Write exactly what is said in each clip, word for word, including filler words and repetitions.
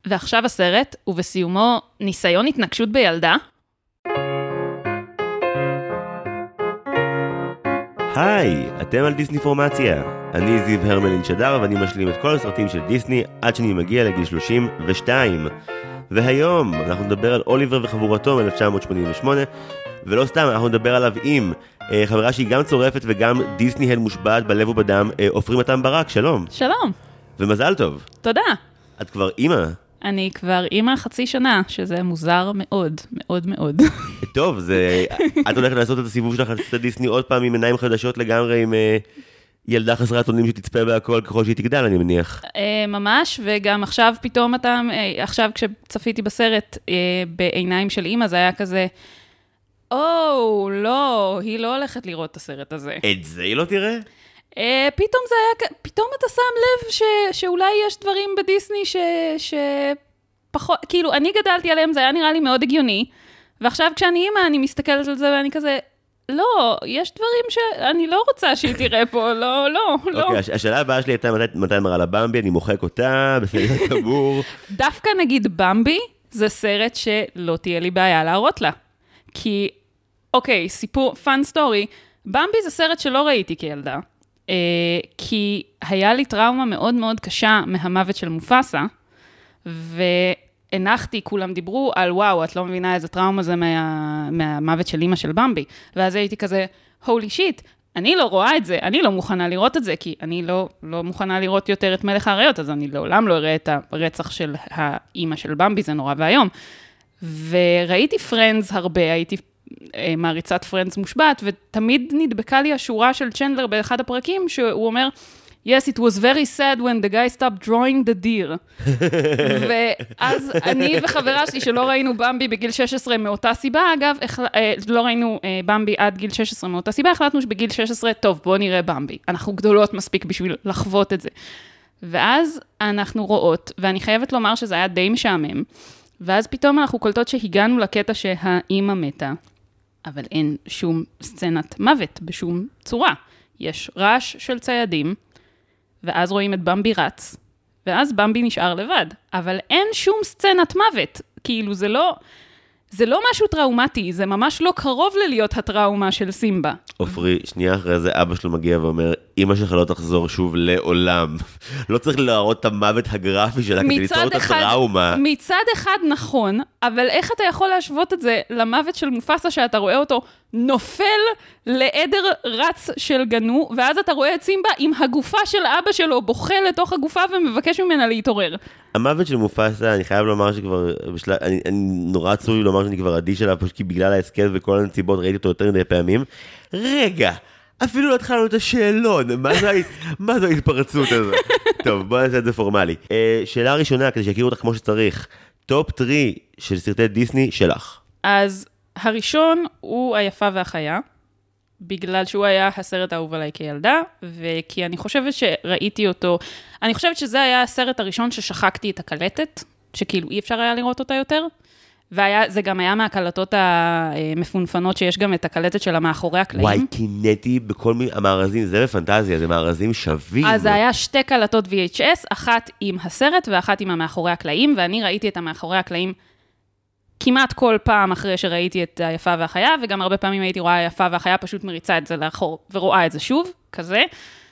ועכשיו הסרט, ובסיומו ניסיון התנגשות בילדה. היי, אתם על דיסני פורמציה. אני זיו הרמלין שדר, ואני משלים את כל הסרטים של דיסני עד שאני מגיע לגיל שלושים ושתיים. והיום אנחנו נדבר על אוליבר וחבורתו מ-אלף תשע מאות שמונים ושמונה, ולא סתם, אנחנו נדבר עליו עם אה, חברה שהיא גם צורפת וגם דיסני הד מושבעת בלב ובדם, אה, עופרי מתן ברק, שלום. שלום. ומזל טוב. תודה. את כבר אימא. אני כבר אימא חצי שנה, שזה מוזר מאוד, מאוד מאוד. טוב, זה, את הולכת לעשות את הסיבוב שלך על דיסני עוד פעם עם עיניים חדשות לגמרי, עם אה, ילדה חסרת אונים שתצפה בהכל ככל שהיא תגדל, אני מניח. אה, ממש, וגם עכשיו פתאום אתה, אה, עכשיו כשצפיתי בסרט אה, בעיניים של אימא, זה היה כזה, או, לא, היא לא הולכת לראות את הסרט הזה. את זה היא לא תראה? Uh, פתאום זה היה, פתאום אתה שם לב ש, שאולי יש דברים בדיסני ש, שפחות, כאילו, אני גדלתי עליהם, זה היה נראה לי מאוד הגיוני, ועכשיו כשאני אימא, אני מסתכלת על זה ואני כזה, לא, יש דברים שאני לא רוצה שהיא תראה פה, לא, לא, לא. אוקיי, השאלה הבאה שלי הייתה, מתי, מתי מראה לבמבי, אני מוחק אותה, בסדר גמור. דווקא נגיד במבי, זה סרט שלא תהיה לי בעיה להראות לה. כי, אוקיי, סיפור, פאן סטורי, במבי זה סרט שלא ראיתי כילדה, Uh, כי היה לי טראומה מאוד מאוד קשה מהמוות של מופסה, והנחתי, כולם דיברו על וואו, את לא מבינה איזה טראומה זה מה, מהמוות של אמא של במבי, ואז הייתי כזה, הולי שיט, אני לא רואה את זה, אני לא מוכנה לראות את זה, כי אני לא, לא מוכנה לראות יותר את מלך האריות, אז אני לעולם לא אראה את הרצח של האמא של במבי, זה נורא והיום. וראיתי פרנדס הרבה, הייתי מעריצת פרנדס מושבעת, ותמיד נדבקה לי השורה של צ'נדלר באחד הפרקים, שהוא אומר, yes, it was very sad when the guy stopped drawing the deer. ואז אני וחברה שלי, שלא ראינו במבי בגיל שש עשרה מאותה סיבה, אגב, לא ראינו במבי עד גיל שש עשרה מאותה סיבה, החלטנו שבגיל שש עשרה, טוב, בוא נראה במבי. אנחנו גדולות מספיק בשביל לחוות את זה. ואז אנחנו רואות, ואני חייבת לומר שזה היה די משעמם, ואז פתאום אנחנו קולטות שהגענו לקטע שהאימא מתה, אבל אין שום סצנת מוות בשום צורה. יש רעש של ציידים, ואז רואים את במבי רץ, ואז במבי נשאר לבד. אבל אין שום סצנת מוות. כאילו זה לא, זה לא משהו טראומטי, זה ממש לא קרוב ללהיות הטראומה של סימבה. עופרי, שנייה אחרי זה אבא שלו מגיע ואומר, אמא שלך לא תחזור שוב לעולם. לא צריך להראות את המוות הגרפי שלה כדי ליצור את הטראומה. מצד אחד נכון, אבל איך אתה יכול להשוות את זה למוות של מופסה שאתה רואה אותו נופל לעדר רץ של גנו, ואז אתה רואה את סימבה עם הגופה של אבא שלו בוכה לתוך הגופה ומבקש ממנה להתעורר. המוות של מופסה, אני חייב לומר שכבר, בשל... אני, אני נורא עצוב לי לומר שאני כבר אדיש עליו, פשוט כי בגלל ההסכת וכל הנסיבות ראיתי אותו יותר מדי פעמים. רגע, אפילו לא התחלנו את השאלון, מה זו, מה זו ההתפרצות הזו? טוב, בוא נעשה את זה פורמלי. אה, שאלה ראשונה, כדי שיכירו אותך כמו שצריך, טופ טרי של סרטי דיסני שלך. אז הראשון הוא היפה והחיה, בגלל שהוא היה הסרט האהוב עליי כילדה, וכי אני חושבת שראיתי אותו, אני חושבת שזה היה הסרט הראשון ששחקתי את הקלטת, שכאילו אי אפשר היה לראות אותה יותר, וזה גם היה מהקלטות המפונפנות, שיש גם את הקלטת שלה מאחורי הקלעים. וואי, קינאתי בכל מיני, המארזים, זה בפנטזיה, זה מארזים שווים. אז זה היה שתי קלטות וי אייץ' אס, אחת עם הסרט ואחת עם המאחורי הקלעים, ואני ראיתי את המאחורי הקלעים כמעט כל פעם אחרי שראיתי את היפה והחיה, וגם הרבה פעמים הייתי רואה היפה והחיה, פשוט מריצה את זה לאחור, ורואה את זה שוב, כזה.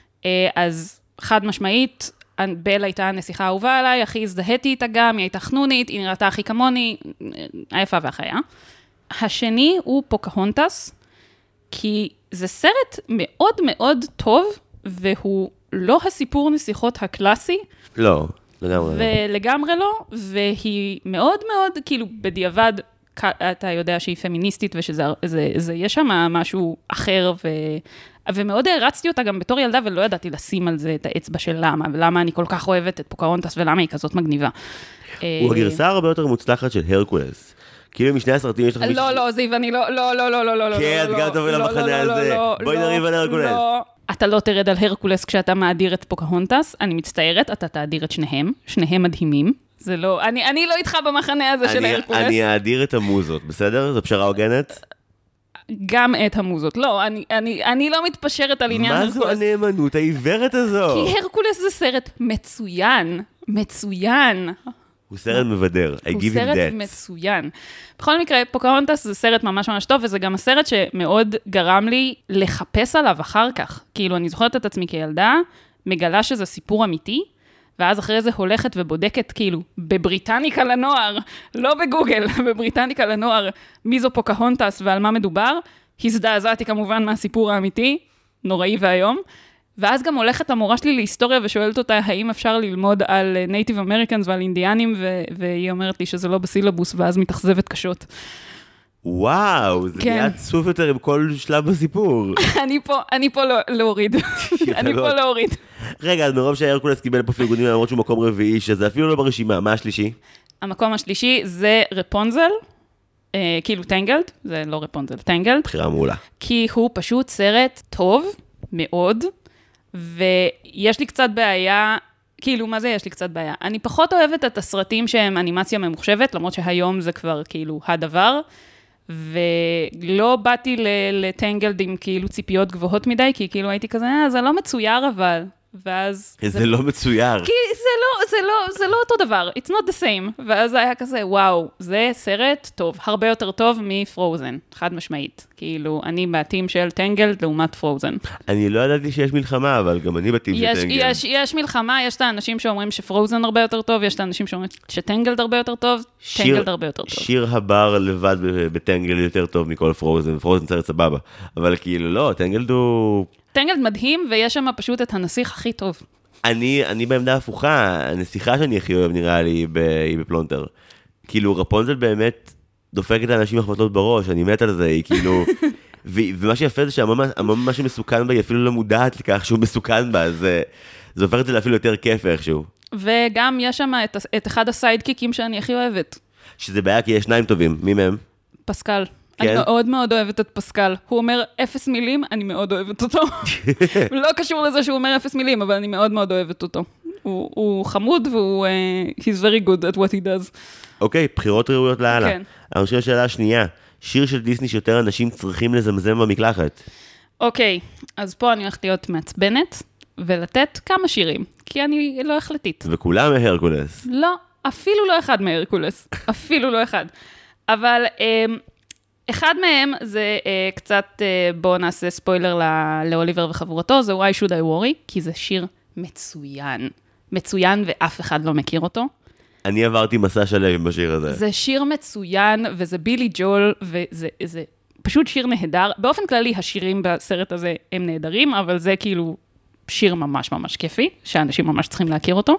אז חד משמעית, בל הייתה הנסיכה האהובה עליי, הכי הזדהיתי איתה גם, היא הייתה חנונית, היא נראתה הכי כמוני, היפה והחיה. השני הוא פוקהונטס, כי זה סרט מאוד מאוד טוב, והוא לא הסיפור נסיכות הקלאסי. לא. לגמרי לא. ולגמרי לא, והיא מאוד מאוד, כאילו בדיעבד, אתה יודע שהיא פמיניסטית, ושזה, זה, זה, יש שם משהו אחר, ו, ומאוד הרצתי אותה גם בתור ילדה, ולא ידעתי לשים על זה את האצבע של למה, ולמה אני כל כך אוהבת את פוקהונטס, ולמה היא כזאת מגניבה. הוא הגרסה הרבה יותר מוצלחת של הרקולס. כאילו משני הסרטים יש לך מישהו... לא, לא, זיו, אני לא, לא, לא, לא, לא, לא, כן, את גם תוביל למחנה הזה. בואי נריב על הרקולס. אתה לא תרד על הרקולס כשאתה מאדיר את פוקהונטס, אני מצטערת, אתה תאדיר את שניהם, שניהם מדהימים. זה לא, אני, אני לא איתך במחנה הזה של הרקולס. אני אאדיר את המוזות, בסדר? זו פשרה הוגנת? גם את המוזות. לא, אני, אני, אני לא מתפשרת על עניין הרקולס. מה זו הנאמנות העיוורת הזו? כי הרקולס זה סרט מצוין, מצוין. הוא סרט מבדר, I give him that. הוא סרט מצוין. בכל מקרה, פוקהונטס זה סרט ממש ממש טוב, וזה גם הסרט שמאוד גרם לי לחפש עליו אחר כך. כאילו, אני זוכרת את עצמי כילדה, מגלה שזה סיפור אמיתי, ואז אחרי זה הולכת ובודקת, כאילו, בבריטניקה לנוער, לא בגוגל, בבריטניקה לנוער, מי זו פוקהונטס ועל מה מדובר. הזדעזעתי כמובן מהסיפור האמיתי, נוראי והיום. ואז גם הולכת המורה שלי להיסטוריה ושואלת אותה, האם אפשר ללמוד על נייטיב אמריקאנס ועל אינדיאנים, ו- והיא אומרת לי שזה לא בסילבוס, ואז מתאכזבת קשות. וואו, זה כן. נהיה עצוב יותר עם כל שלב בסיפור. אני פה, אני פה לא, להוריד. אני פה להוריד. רגע, אז מרוב שהרקולס קיבל פה פרגונים, למרות שהוא מקום רביעי, שזה אפילו לא ברשימה. מה השלישי? המקום השלישי זה רפונזל, אה, כאילו טנגלד, זה לא רפונזל, טנגלד. בחירה מעולה. כי הוא פשוט סרט טוב מאוד, ויש לי קצת בעיה, כאילו, מה זה יש לי קצת בעיה? אני פחות אוהבת את הסרטים שהם אנימציה ממוחשבת, למרות שהיום זה כבר כאילו הדבר, ולא באתי לטנגלד עם כאילו ציפיות גבוהות מדי, כי כאילו הייתי כזה, אה, זה לא מצויר אבל, ואז... זה לא מצויר. כי זה לא, זה לא, זה לא אותו דבר, it's not the same, ואז היה כזה, וואו, זה סרט טוב, הרבה יותר טוב מפרוזן, חד משמעית, כאילו, אני בתים של טנגלד לעומת פרוזן. אני לא ידעתי שיש מלחמה, אבל גם אני בתים של טנגלד. יש, יש מלחמה, יש את האנשים שאומרים שפרוזן הרבה יותר טוב, יש את האנשים שאומרים שטנגלד הרבה יותר טוב, טנגלד הרבה יותר טוב. שיר הבר לבד בטנגלד יותר טוב מכל פרוזן, פרוזן סרט סבבה, אבל כאילו לא, טנגלד הוא... טנגלד מדהים, ויש שם פשוט את הנסיך הכי טוב. אני, אני בעמדה הפוכה, הנסיכה שאני הכי אוהב נראה לי היא בפלונטר. כאילו רפונזל באמת דופקת לאנשים החלטות בראש, אני מת על זה, היא כאילו... ו- ומה שיפה זה שהמון מה שמסוכן בה היא אפילו לא מודעת לכך שהוא מסוכן בה, אז זה הופך את זה לאפילו יותר כיף איכשהו. וגם יש שם את, את אחד הסיידקיקים שאני הכי אוהבת. שזה בעיה כי יש שניים טובים, מי מהם? פסקל. אני מאוד מאוד אוהבת את פסקל. הוא אומר אפס מילים, אני מאוד אוהבת אותו. לא קשור לזה שהוא אומר אפס מילים, אבל אני מאוד מאוד אוהבת אותו. הוא, הוא חמוד והוא, uh, he's very good at what he does. אוקיי, בחירות ראויות להלאה. כן. אני חושב לשאלה השנייה, שיר של דיסני שיותר אנשים צריכים לזמזם במקלחת. אוקיי, אז פה אני הולכת להיות מעצבנת, ולתת כמה שירים, כי אני לא החלטית. וכולם מהרקולס. לא, אפילו לא אחד מהרקולס. אפילו לא אחד. אבל... Um, אחד מהם זה uh, קצת, uh, בואו נעשה ספוילר לא, לאוליבר וחבורתו, זה Why Should I Worry, כי זה שיר מצוין. מצוין ואף אחד לא מכיר אותו. אני עברתי מסע שלם בשיר הזה. זה שיר מצוין, וזה בילי ג'ול, וזה זה פשוט שיר נהדר. באופן כללי, השירים בסרט הזה הם נהדרים, אבל זה כאילו שיר ממש ממש כיפי, שאנשים ממש צריכים להכיר אותו.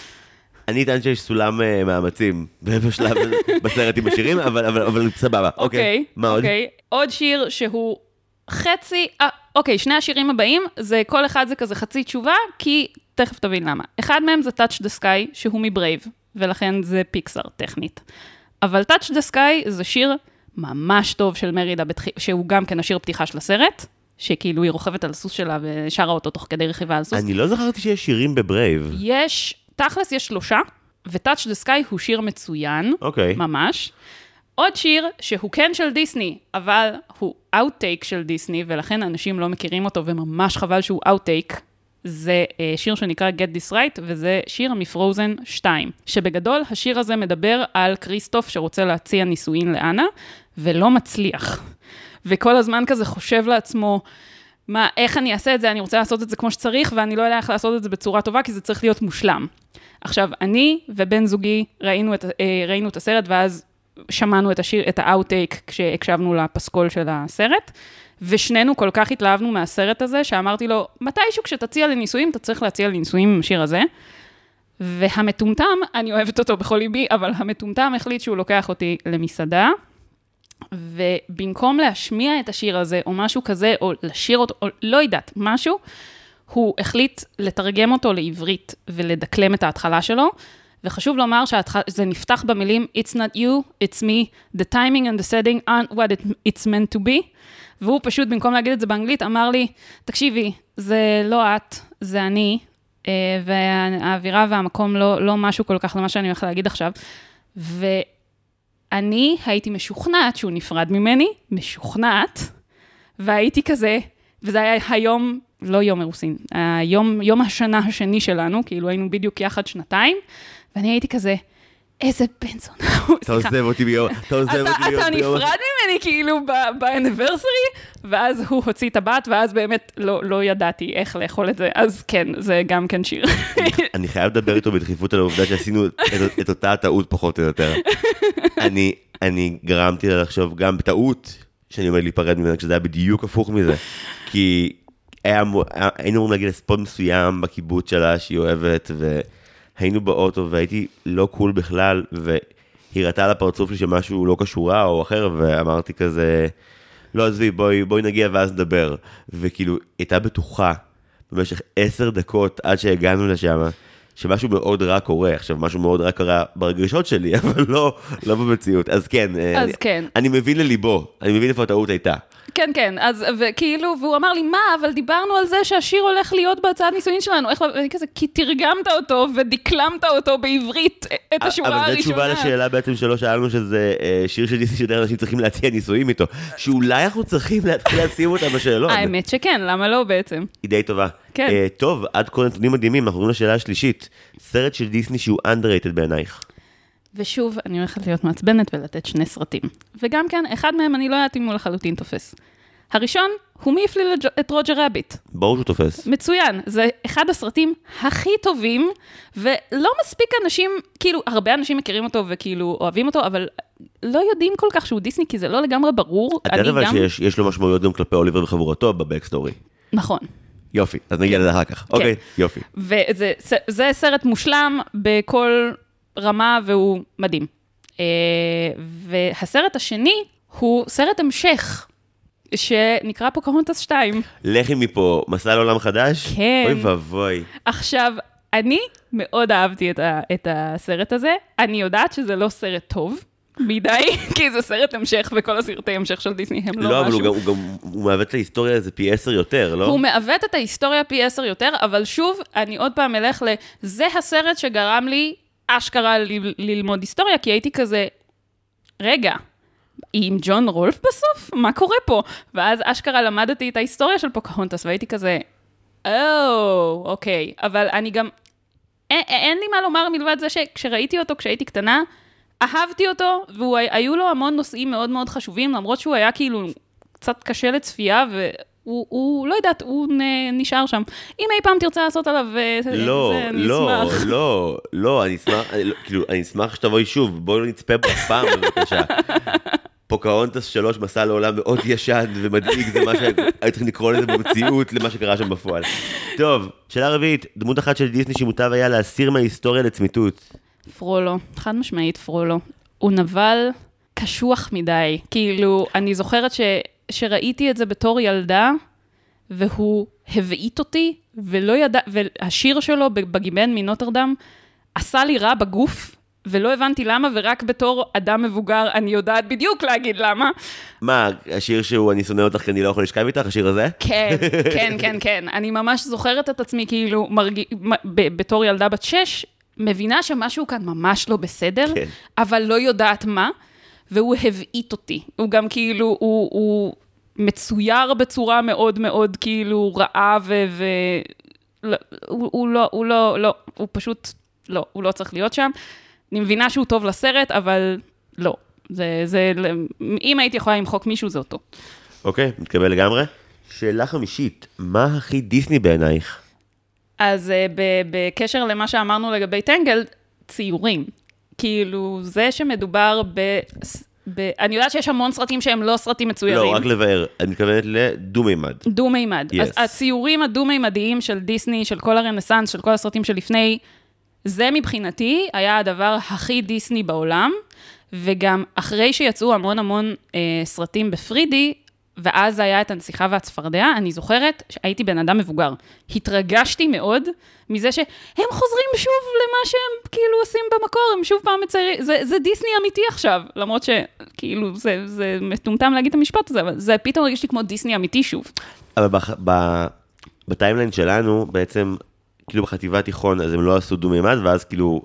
אני אטען שיש סולם מאמצים בשלב, בסרט עם השירים, אבל, אבל, אבל סבבה. אוקיי, מה עוד? אוקיי, עוד שיר שהוא חצי, אוקיי, שני השירים הבאים, זה כל אחד זה כזה חצי תשובה, כי תכף תבין למה. אחד מהם זה Touch the Sky, שהוא מברייב, ולכן זה פיקסאר טכנית. אבל Touch the Sky זה שיר ממש טוב של מרידה, שהוא גם כן השיר פתיחה של הסרט, שכאילו היא רוכבת על הסוס שלה ושרה אותו תוך כדי רכיבה על סוס. אני לא זכרתי שיש שירים בברייב. יש... תכלס יש שלושה, ו-Touch the Sky הוא שיר מצוין, okay. ממש. עוד שיר שהוא כן של דיסני, אבל הוא אאוטטייק של דיסני, ולכן אנשים לא מכירים אותו, וממש חבל שהוא אאוטטייק. זה uh, שיר שנקרא Get This Right, וזה שיר מפרוזן שתיים. שבגדול, השיר הזה מדבר על קריסטוף שרוצה להציע נישואין לאנה, ולא מצליח. וכל הזמן כזה חושב לעצמו, מה, איך אני אעשה את זה? אני רוצה לעשות את זה כמו שצריך, ואני לא יודע איך לעשות את זה בצורה טובה, כי זה צריך להיות מושלם. עכשיו, אני ובן זוגי ראינו את, ראינו את הסרט, ואז שמענו את השיר, את האוטטייק, כשהקשבנו לפסקול של הסרט, ושנינו כל כך התלהבנו מהסרט הזה, שאמרתי לו, מתישהו כשתציע לניסויים, אתה צריך להציע לניסויים עם השיר הזה, והמטומטם, אני אוהבת אותו בכל ליבי, אבל המטומטם החליט שהוא לוקח אותי למסעדה, ובמקום להשמיע את השיר הזה, או משהו כזה, או לשיר אותו, או לא יודעת, משהו, הוא החליט לתרגם אותו לעברית, ולדקלם את ההתחלה שלו, וחשוב לומר שזה נפתח במילים, It's not you, it's me, the timing and the setting aren't what it, it's meant to be, והוא פשוט, במקום להגיד את זה באנגלית, אמר לי, תקשיבי, זה לא את, זה אני, והאווירה והמקום לא, לא משהו כל כך למה שאני הולכת להגיד עכשיו, ו... אני הייתי משוכנעת שהוא נפרד ממני, משוכנעת, והייתי כזה, וזה היה היום, לא יום אירוסין, היום, יום השנה השני שלנו, כאילו היינו בדיוק יחד שנתיים, ואני הייתי כזה, איזה בן זונה. אתה עוזב אותי ביום, אתה עוזב אותי ביום. אתה נפרד ממני כאילו באניברסרי, ואז הוא הוציא את הבת, ואז באמת לא ידעתי איך לאכול את זה, אז כן, זה גם כן שיר. אני חייב לדבר איתו בדחיפות על העובדה שעשינו את אותה הטעות פחות או יותר. אני גרמתי לה לחשוב גם בטעות, שאני עומד להיפרד ממנה, כשזה היה בדיוק הפוך מזה, כי היינו אמורים להגיע לספוט מסוים בקיבוץ שלה, שהיא אוהבת, והיינו באוטו, והייתי לא קול בכלל, והיא ראתה על הפרצוף שלי שמשהו לא קשורה או אחר, ואמרתי כזה, לא עזבי, בואי, בואי נגיע ואז נדבר. וכאילו, הייתה בטוחה במשך עשר דקות עד שהגענו לשם, שמשהו מאוד רע קורה. עכשיו, משהו מאוד רע קרה ברגשות שלי, אבל לא, לא במציאות. אז כן, אז אני, כן. אני מבין לליבו, אני מבין איפה הטעות הייתה. כן, כן, אז, וכאילו, והוא אמר לי, מה, אבל דיברנו על זה שהשיר הולך להיות בהצעת נישואין שלנו, איך, ואני כזה, כי תרגמת אותו ודקלמת אותו בעברית, את השורה הראשונה. אבל זו תשובה לשאלה בעצם שלא שאלנו, שזה שיר של דיסני שיותר אנשים צריכים להציע נישואים איתו, שאולי אנחנו צריכים להתחיל לשים אותה בשאלון. האמת שכן, למה לא בעצם? היא די טובה. כן. טוב, עד כל נתונים מדהימים, אנחנו רואים לשאלה השלישית, סרט של דיסני שהוא underrated בעינייך. ושוב, אני הולכת להיות מעצבנת ולתת שני סרטים. וגם כן, אחד מהם אני לא יודעת אם הוא לחלוטין תופס. הראשון, הוא מי הפליל את רוג'ר רביט. ברור שהוא תופס. מצוין, זה אחד הסרטים הכי טובים, ולא מספיק אנשים, כאילו, הרבה אנשים מכירים אותו וכאילו אוהבים אותו, אבל לא יודעים כל כך שהוא דיסני, כי זה לא לגמרי ברור. את יודעת אבל גם... שיש לו משמעויות גם כלפי אוליבר וחבורתו בבקסטורי. נכון. יופי, אז נגיע לזה אחר כך. אוקיי, יופי. וזה זה סרט מושלם בכל רמה, והוא מדהים. והסרט השני הוא סרט המשך, שנקרא פוקהונטס שתיים. לכי מפה, מסע לעולם חדש? כן. אוי ובוי. עכשיו, אני מאוד אהבתי את, ה, את הסרט הזה. אני יודעת שזה לא סרט טוב מדי, כי זה סרט המשך, וכל הסרטי המשך של דיסני הם לא, לא משהו. אבל הוא גם, הוא גם, הוא מעוות את ההיסטוריה הזה פי עשר יותר, לא? הוא מעוות את ההיסטוריה פי עשר יותר, אבל שוב, אני עוד פעם אלך ל... זה הסרט שגרם לי אשכרה ל- ללמוד היסטוריה, כי הייתי כזה, רגע, עם ג'ון רולף בסוף? מה קורה פה? ואז אשכרה למדתי את ההיסטוריה של פוקהונטס, והייתי כזה, או, אוקיי. אבל אני גם, אין, אין לי מה לומר מלבד זה שכשראיתי אותו, כשהייתי קטנה, אהבתי אותו, והיו לו המון נושאים מאוד מאוד חשובים, למרות שהוא היה כאילו קצת קשה לצפייה, והוא, הוא, לא יודעת, הוא נשאר שם. אם אי פעם תרצה לעשות עליו, לא, זה, אני לא, אשמח. לא, לא, אני אשמח, אני, כאילו, אני אשמח שתבואי שוב, בואו נצפה בו פעם, בבקשה. פוקהונטס שלוש, מסע לעולם מאוד ישן ומדאיג, זה מה שהיו צריכים לקרוא לזה במציאות, למה שקרה שם בפועל. טוב, שאלה רביעית, דמות אחת של דיסני שמוטב היה להסיר מההיסטוריה לצמיתות. פרולו, חד משמעית פרולו. הוא נבל קשוח מדי. כאילו, אני זוכרת ש, שראיתי את זה בתור ילדה, והוא הבעית אותי, ולא ידע, והשיר שלו בגיבן מנוטרדם, עשה לי רע בגוף, ולא הבנתי למה, ורק בתור אדם מבוגר, אני יודעת בדיוק להגיד למה. מה, השיר שהוא, אני שונא אותך כי אני לא יכול לשכב איתך, השיר הזה? כן, כן, כן, כן. אני ממש זוכרת את עצמי, כאילו, מרג... ב- בתור ילדה בת שש, מבינה שמשהו כאן ממש לא בסדר, כן. אבל לא יודעת מה, והוא הבעית אותי. הוא גם כאילו, הוא, הוא מצויר בצורה מאוד מאוד כאילו רעה, ו... ו... לא, הוא, הוא לא, הוא לא, לא, הוא פשוט, לא, הוא לא צריך להיות שם. אני מבינה שהוא טוב לסרט, אבל לא. זה, זה, אם הייתי יכולה למחוק מישהו, זה אותו. אוקיי, מתקבל לגמרי. שאלה חמישית, מה הכי דיסני בעינייך? אז בקשר למה שאמרנו לגבי טנגלד, ציורים. כאילו, זה שמדובר ב... ב... אני יודעת שיש המון סרטים שהם לא סרטים מצוירים. לא, רק לבאר. אני מתכוונת לדו-מימד. דו-מימד. Yes. אז הציורים הדו-מימדיים של דיסני, של כל הרנסנס, של כל הסרטים שלפני, זה מבחינתי היה הדבר הכי דיסני בעולם, וגם אחרי שיצאו המון המון אה, סרטים בפרידי, ואז היה את הנסיכה והצפרדע, אני זוכרת שהייתי בן אדם מבוגר. התרגשתי מאוד מזה שהם חוזרים שוב למה שהם כאילו עושים במקור, הם שוב פעם מציירים, זה, זה דיסני אמיתי עכשיו, למרות שכאילו זה, זה מטומטם להגיד את המשפט הזה, אבל זה פתאום הרגיש לי כמו דיסני אמיתי שוב. אבל בח, ב, בטיימליין שלנו, בעצם, כאילו בחטיבה תיכון, אז הם לא עשו דו-מימד, ואז כאילו,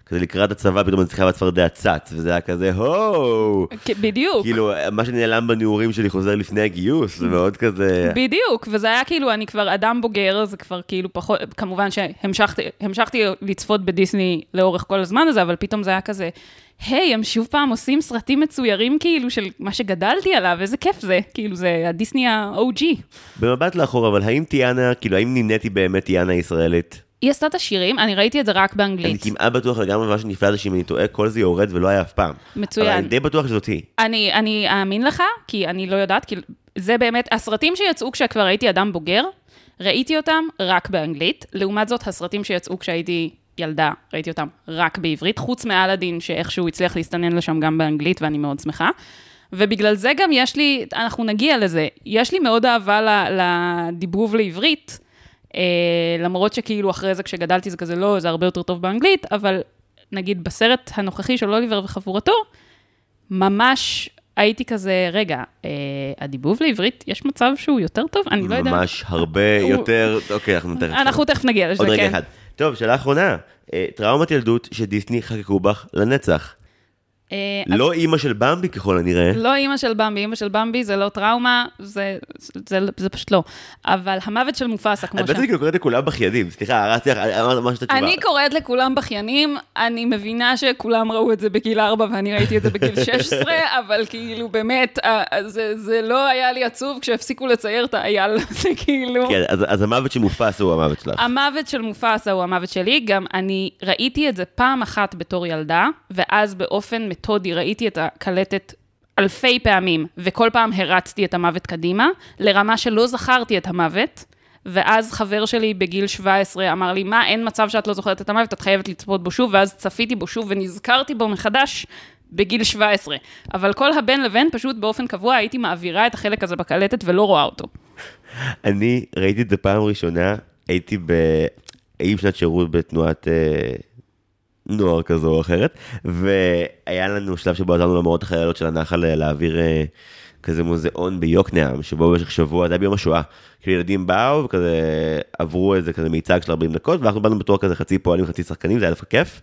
כזה לקראת הצבא, פתאום אני צריכה בצפרדע צץ, וזה היה כזה, הו! בדיוק. כאילו, מה שנעלם בנעורים שלי חוזר לפני הגיוס, זה מאוד כזה... בדיוק, וזה היה כאילו, אני כבר אדם בוגר, זה כבר כאילו פחות, כמובן שהמשכתי לצפות בדיסני לאורך כל הזמן הזה, אבל פתאום זה היה כזה, היי, הם שוב פעם עושים סרטים מצוירים כאילו של מה שגדלתי עליו, איזה כיף זה, כאילו זה הדיסני ה-או ג'י. במבט לאחור, אבל האם טיאנה, כאילו, האם נינתי באמת טיאנה ישראלית? היא עשתה את השירים, אני ראיתי את זה רק באנגלית. אני כמעט בטוח לגמרי מה שנפלא זה שאם אני טועה, כל זה יורד ולא היה אף פעם. מצוין. אבל אני די בטוח שזאת היא. אני, אני אאמין לך, כי אני לא יודעת, כי זה באמת, הסרטים שיצאו כשכבר הייתי אדם בוגר, ראיתי אותם רק באנגלית, לעומת זאת, הסרטים שיצאו כשהייתי ילדה, ראיתי אותם רק בעברית, חוץ מאלאדין, שאיכשהו הצליח להסתנן לשם גם באנגלית, ואני מאוד שמחה. ובגלל זה גם יש לי, אנחנו נגיע לזה, יש לי מאוד אהבה לדיבוב לעברית, למרות שכאילו אחרי זה כשגדלתי זה כזה לא, זה הרבה יותר טוב באנגלית, אבל נגיד בסרט הנוכחי של אוליבר וחבורתו, ממש הייתי כזה, רגע, הדיבוב לעברית, יש מצב שהוא יותר טוב? אני לא יודע. ממש הרבה יותר, אוקיי, אנחנו תכף. אנחנו תכף נגיע לזה, כן. עוד רגע אחד. טוב, שאלה אחרונה, טראומת ילדות שדיסני חקקו בך לנצח. לא אימא של במבי ככל הנראה. לא אימא של במבי, אימא של במבי זה לא טראומה, זה, זה, זה פשוט לא. אבל המוות של מופסה, כמו שם. את בעצם קוראת לכולם בכיינים, סליחה, הרצתי לך, אמרת מה שאתה תשובה. אני קוראת לכולם בכיינים, אני מבינה שכולם ראו את זה בגיל ארבע, ואני ראיתי את זה בגיל שש עשרה, אבל כאילו באמת, זה, זה לא היה לי עצוב כשהפסיקו לצייר את האייל, זה כאילו... כן, אז, אז המוות של מופסה הוא המוות שלך. המוות של מופסה הוא המוות שלי, גם אני ראיתי את זה פעם אחת בתור ילדה, ואז באופן מתודי ראיתי את הקלטת אלפי פעמים, וכל פעם הרצתי את המוות קדימה, לרמה שלא זכרתי את המוות, ואז חבר שלי בגיל שבע עשרה אמר לי, מה, אין מצב שאת לא זוכרת את המוות, את חייבת לצפות בו שוב, ואז צפיתי בו שוב ונזכרתי בו מחדש בגיל שבע עשרה. אבל כל הבן לבן פשוט באופן קבוע הייתי מעבירה את החלק הזה בקלטת ולא רואה אותו. אני ראיתי את זה פעם ראשונה, הייתי באי שנת שירות בתנועת... נוער כזו או אחרת, והיה לנו שלב שבו עזרנו למורות החיילות של הנחל להעביר כזה מוזיאון ביוקנעם, שבו במשך שבוע, זה היה ביום השואה, כאילו ילדים באו וכזה עברו איזה כזה מיצג של ארבעים דקות, ואנחנו באנו בתור כזה חצי פועלים, חצי שחקנים, זה היה דווקא כיף,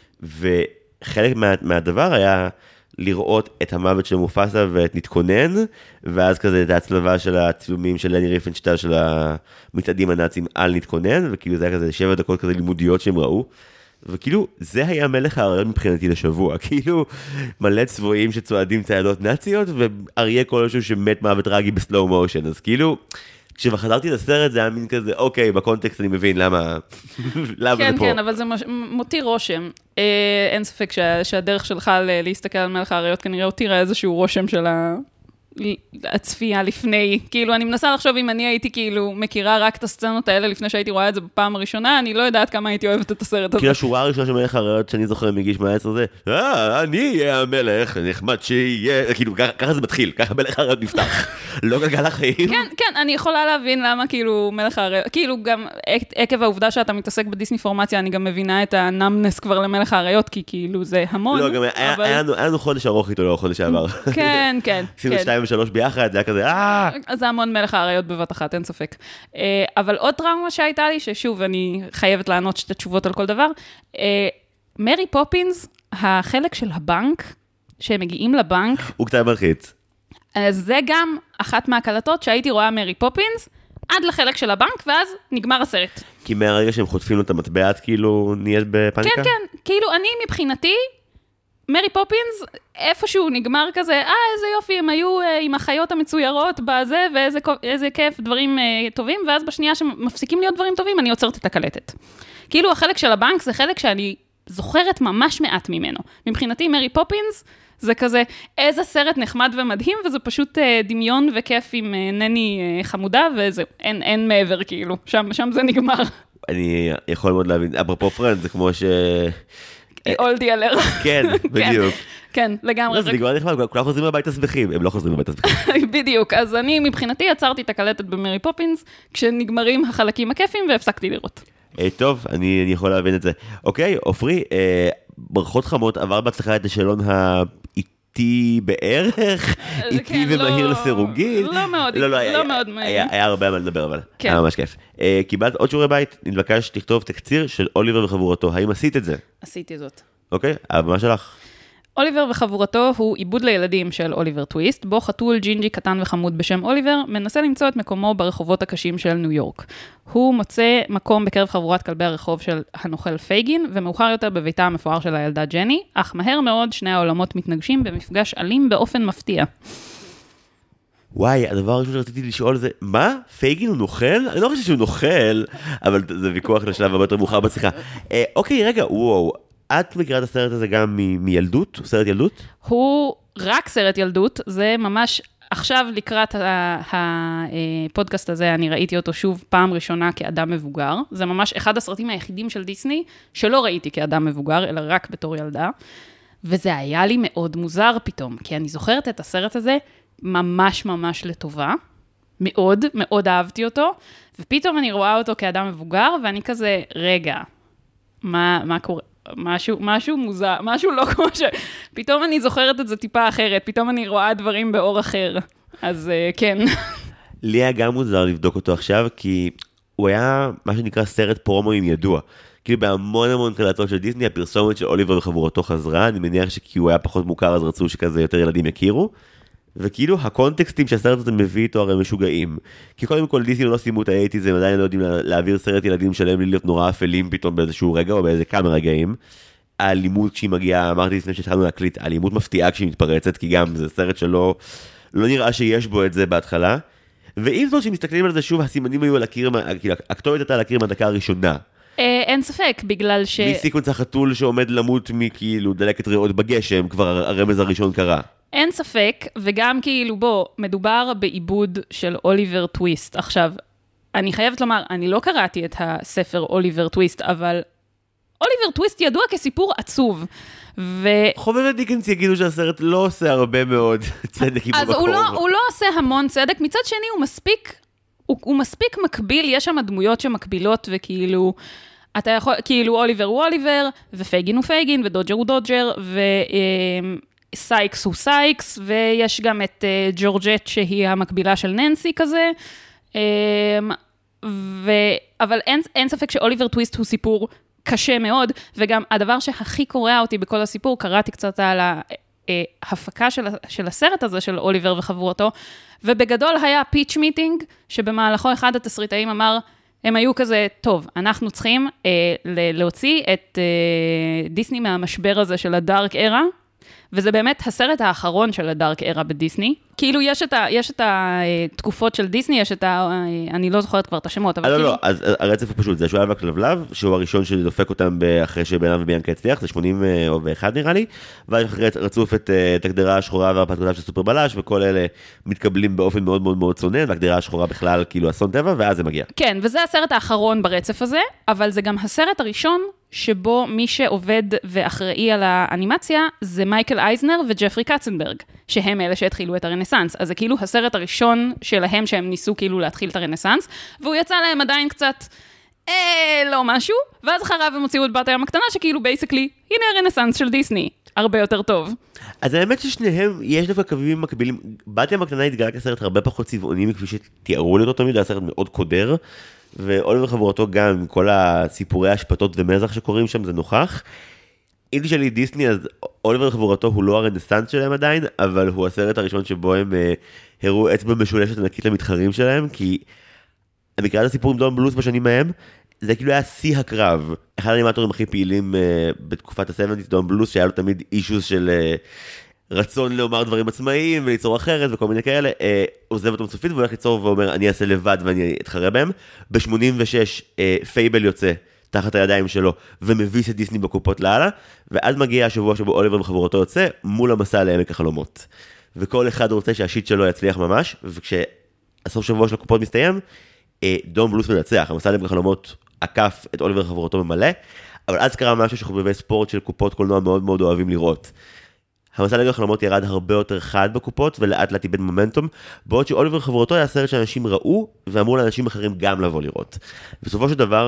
וחלק מה, מהדבר היה לראות את המוות של מופסה ואת נתכונן, ואז כזה את ההצלבה של הצילומים של לני ריפנשטל של המצעדים הנאצים על נתכונן, וכאילו זה היה כזה שבע דקות כזה לימודיות שהם ראו, וכאילו, זה היה מלך האריות מבחינתי לשבוע, כאילו, מלא צבועים שצועדים צעדות נאציות, ואריה כלשהו שמת מוות טרגי בסלואו מושן, אז כאילו, כשחזרתי לסרט זה היה מין כזה, אוקיי, בקונטקסט אני מבין למה, למה כן, זה פה. כן, אבל זה מותיר רושם. אין ספק שהדרך שלך להסתכל על מלך האריות כנראה הותירה איזשהו רושם של ה... הצפייה לפני, כאילו אני מנסה לחשוב אם אני הייתי כאילו מכירה רק את הסצנות האלה לפני שהייתי רואה את זה בפעם הראשונה, אני לא יודעת כמה הייתי אוהבת את הסרט הזה. כאילו השורה הראשונה של מלך האריות שאני זוכר מגיל שמונה עשרה זה, אה, אני אהיה המלך, נחמד שיהיה, כאילו ככה זה מתחיל, ככה מלך האריות נפתח, לא גלגל החיים. כן, כן, אני יכולה להבין למה כאילו מלך האריות, כאילו גם עקב העובדה שאתה מתעסק בדיסני פורמציה, אני גם מבינה את הנאמנס כבר למלך האריות, כי כאילו זה המון. לא, גם היה לנו חודש ארוך איתו, לא חודש שעבר. כן, כן. ושלוש ביחד, זה היה כזה, אה! אז זה המון מלך האריות בבת אחת, אין ספק. אבל עוד טראומה שהייתה לי, ששוב, אני חייבת לענות שתי תשובות על כל דבר, מרי פופינס, החלק של הבנק, שהם מגיעים לבנק, הוא קצת מלחיץ. אז זה גם אחת מהקלטות שהייתי רואה מרי פופינס, עד לחלק של הבנק, ואז נגמר הסרט. כי מהרגע שהם חוטפים לו את המטבע, את כאילו נהיית בפניקה? כן, כן, כאילו אני מבחינתי, מרי פופינס, איפשהו נגמר כזה, אה, איזה יופי, הם היו אה, עם החיות המצוירות בזה, ואיזה איזה כיף, דברים אה, טובים, ואז בשנייה שמפסיקים להיות דברים טובים, אני יוצרת את הקלטת. כאילו החלק של הבנק זה חלק שאני זוכרת ממש מעט ממנו. מבחינתי מרי פופינס זה כזה, איזה סרט נחמד ומדהים, וזה פשוט אה, דמיון וכיף עם אה, נני אה, חמודה, וזה אין, אין מעבר כאילו, שם, שם זה נגמר. אני יכול מאוד להבין, אפרופו פרנד, זה כמו ש... אולדי אלר. כן, בדיוק. כן, לגמרי. זה נגמר נחמד, כולם חוזרים הביתה שמחים, הם לא חוזרים הביתה שמחים. בדיוק, אז אני מבחינתי עצרתי את הקלטת במרי פופינס, כשנגמרים החלקים הכיפים והפסקתי לראות. טוב, אני יכול להבין את זה. אוקיי, עופרי, ברכות חמות, עבר בהצלחה את השאלון האיטי בערך, איטי ומהיר לסירוגין. לא מאוד, לא מאוד מהיר. היה הרבה מה לדבר, אבל היה ממש כיף. קיבלת עוד שיעורי בית, נתבקש לכתוב תקציר של אוליבר וחבורתו, האם עשית את זה? עשיתי זאת. אוקיי, הבמה שלך. אוליבר וחבורתו הוא עיבוד לילדים של אוליבר טוויסט, בו חתול ג'ינג'י קטן וחמוד בשם אוליבר, מנסה למצוא את מקומו ברחובות הקשים של ניו יורק. הוא מוצא מקום בקרב חבורת כלבי הרחוב של הנוכל פייגין, ומאוחר יותר בביתה המפואר של הילדה ג'ני, אך מהר מאוד שני העולמות מתנגשים במפגש אלים באופן מפתיע. וואי, הדבר הראשון שרציתי לשאול זה, מה? פייגין הוא נוכל? אני לא חושב שהוא נוכל, אבל זה ויכוח לשלב הרבה יותר מאוחר בשיחה. אה, אוקיי, רגע, וואו. את מכירה את הסרט הזה גם מ- מילדות? הוא סרט ילדות? הוא רק סרט ילדות, זה ממש עכשיו לקראת הפודקאסט הזה, אני ראיתי אותו שוב פעם ראשונה כאדם מבוגר, זה ממש אחד הסרטים היחידים של דיסני, שלא ראיתי כאדם מבוגר, אלא רק בתור ילדה, וזה היה לי מאוד מוזר פתאום, כי אני זוכרת את הסרט הזה ממש ממש לטובה, מאוד, מאוד אהבתי אותו, ופתאום אני רואה אותו כאדם מבוגר, ואני כזה, רגע, מה, מה קורה? משהו, משהו מוזר, משהו לא כמו ש... פתאום אני זוכרת את זה טיפה אחרת, פתאום אני רואה דברים באור אחר. אז uh, כן. לי היה גם מוזר לבדוק אותו עכשיו, כי הוא היה מה שנקרא סרט פרומואים ידוע. כאילו בהמון המון קלטות של דיסני, הפרסומת של אוליבר וחבורתו חזרה, אני מניח שכי הוא היה פחות מוכר, אז רצו שכזה יותר ילדים יכירו. וכאילו הקונטקסטים שהסרט הזה מביא איתו הרי משוגעים. כי קודם כל דיסני לא סיימו את ה-שמונים, הם עדיין לא יודעים להעביר סרט ילדים שלהם בלי להיות נורא אפלים פתאום באיזשהו רגע או באיזה כמה רגעים. האלימות כשהיא מגיעה, אמרתי לפני שהתחלנו להקליט, האלימות מפתיעה כשהיא מתפרצת, כי גם זה סרט שלא לא נראה שיש בו את זה בהתחלה. ועם זאת שמסתכלים על זה שוב, הסימנים היו על הקיר, כאילו הכתובת הייתה על הקיר מהדקה הראשונה. אין ספק, בגלל ש... מסיקוונס החתול שעומד למות מכאילו דלקת ריאות בגשם, כבר הרמז הראשון קרה. אין ספק, וגם כאילו בוא, מדובר בעיבוד של אוליבר טוויסט. עכשיו, אני חייבת לומר, אני לא קראתי את הספר אוליבר טוויסט, אבל אוליבר טוויסט ידוע כסיפור עצוב. ו... חובבי דיקנס יגידו שהסרט לא עושה הרבה מאוד צדק עם המקור. אז הוא לא, הוא לא עושה המון צדק, מצד שני הוא מספיק, הוא, הוא מספיק מקביל, יש שם דמויות שמקבילות וכאילו... אתה יכול, כאילו אוליבר הוא אוליבר, ופייגין הוא פייגין, ודודג'ר הוא דודג'ר, וסייקס הוא סייקס, ויש גם את ג'ורג'ט שהיא המקבילה של ננסי כזה, ו... אבל אין, אין ספק שאוליבר טוויסט הוא סיפור קשה מאוד, וגם הדבר שהכי קורא אותי בכל הסיפור, קראתי קצת על ההפקה של, של הסרט הזה, של אוליבר וחבורתו, ובגדול היה פיץ' מיטינג, שבמהלכו אחד התסריטאים אמר, הם היו כזה, טוב, אנחנו צריכים אה, להוציא את אה, דיסני מהמשבר הזה של הדארק ארה, וזה באמת הסרט האחרון של הדארק ארה בדיסני. כאילו יש את, ה, יש את התקופות של דיסני, יש את ה... אני לא זוכרת כבר את השמות, אבל לא, כאילו... לא, אז הרצף הוא פשוט, זה שואב הכלבלב, שהוא הראשון שדופק אותם אחרי שבינם וביאנקה הצליח, זה שמונים ואחת נראה לי, ואז רצוף את, את הגדרה השחורה והפתקותיו של סופר בלש, וכל אלה מתקבלים באופן מאוד מאוד מאוד צונן, והגדרה השחורה בכלל כאילו אסון טבע, ואז זה מגיע. כן, וזה הסרט האחרון ברצף הזה, אבל זה גם הסרט הראשון שבו מי שעובד ואחראי על האנימציה, זה מייקל אייזנר וג'פרי קצנברג, שהם אלה שהתחילו את הרנסנס. אז זה כאילו הסרט הראשון שלהם שהם ניסו כאילו להתחיל את הרנסנס, והוא יצא להם עדיין קצת, אה, לא משהו, ואז אחריו הם הוציאו את בת הים הקטנה, שכאילו בייסקלי, הנה הרנסנס של דיסני, הרבה יותר טוב. אז האמת ששניהם, יש דווקא קווים מקבילים, בת הים הקטנה התגלה כסרט הרבה פחות צבעוני מכפי שתיארו לי אותו תמיד, היה סרט מאוד קודר, ואוליבר וחבורתו גם, עם כל הסיפורי השפטות ומזח שקורים שם, זה נוכח. אם תשאלי דיסני, אז אוליבר וחבורתו הוא לא הרנסנס שלהם עדיין, אבל הוא הסרט הראשון שבו הם אה, הראו אצבע משולשת ענקית למתחרים שלהם, כי אני מכירה את הסיפור עם דון בלוס בשנים מהם, זה כאילו היה שיא הקרב. אחד האנימטורים הכי פעילים אה, בתקופת ה-שבעים, דון בלוס, שהיה לו תמיד אישוס של אה, רצון לומר דברים עצמאיים וליצור אחרת וכל מיני כאלה, אה, עוזב אותו מסופית והולך ליצור ואומר, אני אעשה לבד ואני אתחרה בהם. ב-שמונים ושש אה, פייבל יוצא תחת הידיים שלו, ומביס את דיסני בקופות לעלה, ואז מגיע השבוע שבו אוליבר וחבורתו יוצא, מול המסע לעמק החלומות. וכל אחד רוצה שהשיט שלו יצליח ממש, וכשהסוף שבוע של הקופות מסתיים, דון בלוס מנצח, המסע לעמק החלומות עקף את אוליבר וחבורתו ממלא, אבל אז קרה משהו שחובבי ספורט של קופות קולנוע מאוד מאוד אוהבים לראות. המסע לעמק החלומות ירד הרבה יותר חד בקופות, ולאט לאט איבד מומנטום, בעוד שאוליבר וחבורתו היה סרט שאנשים ראו, ואמרו לאנשים אחרים גם לבוא לראות. בסופו של דבר,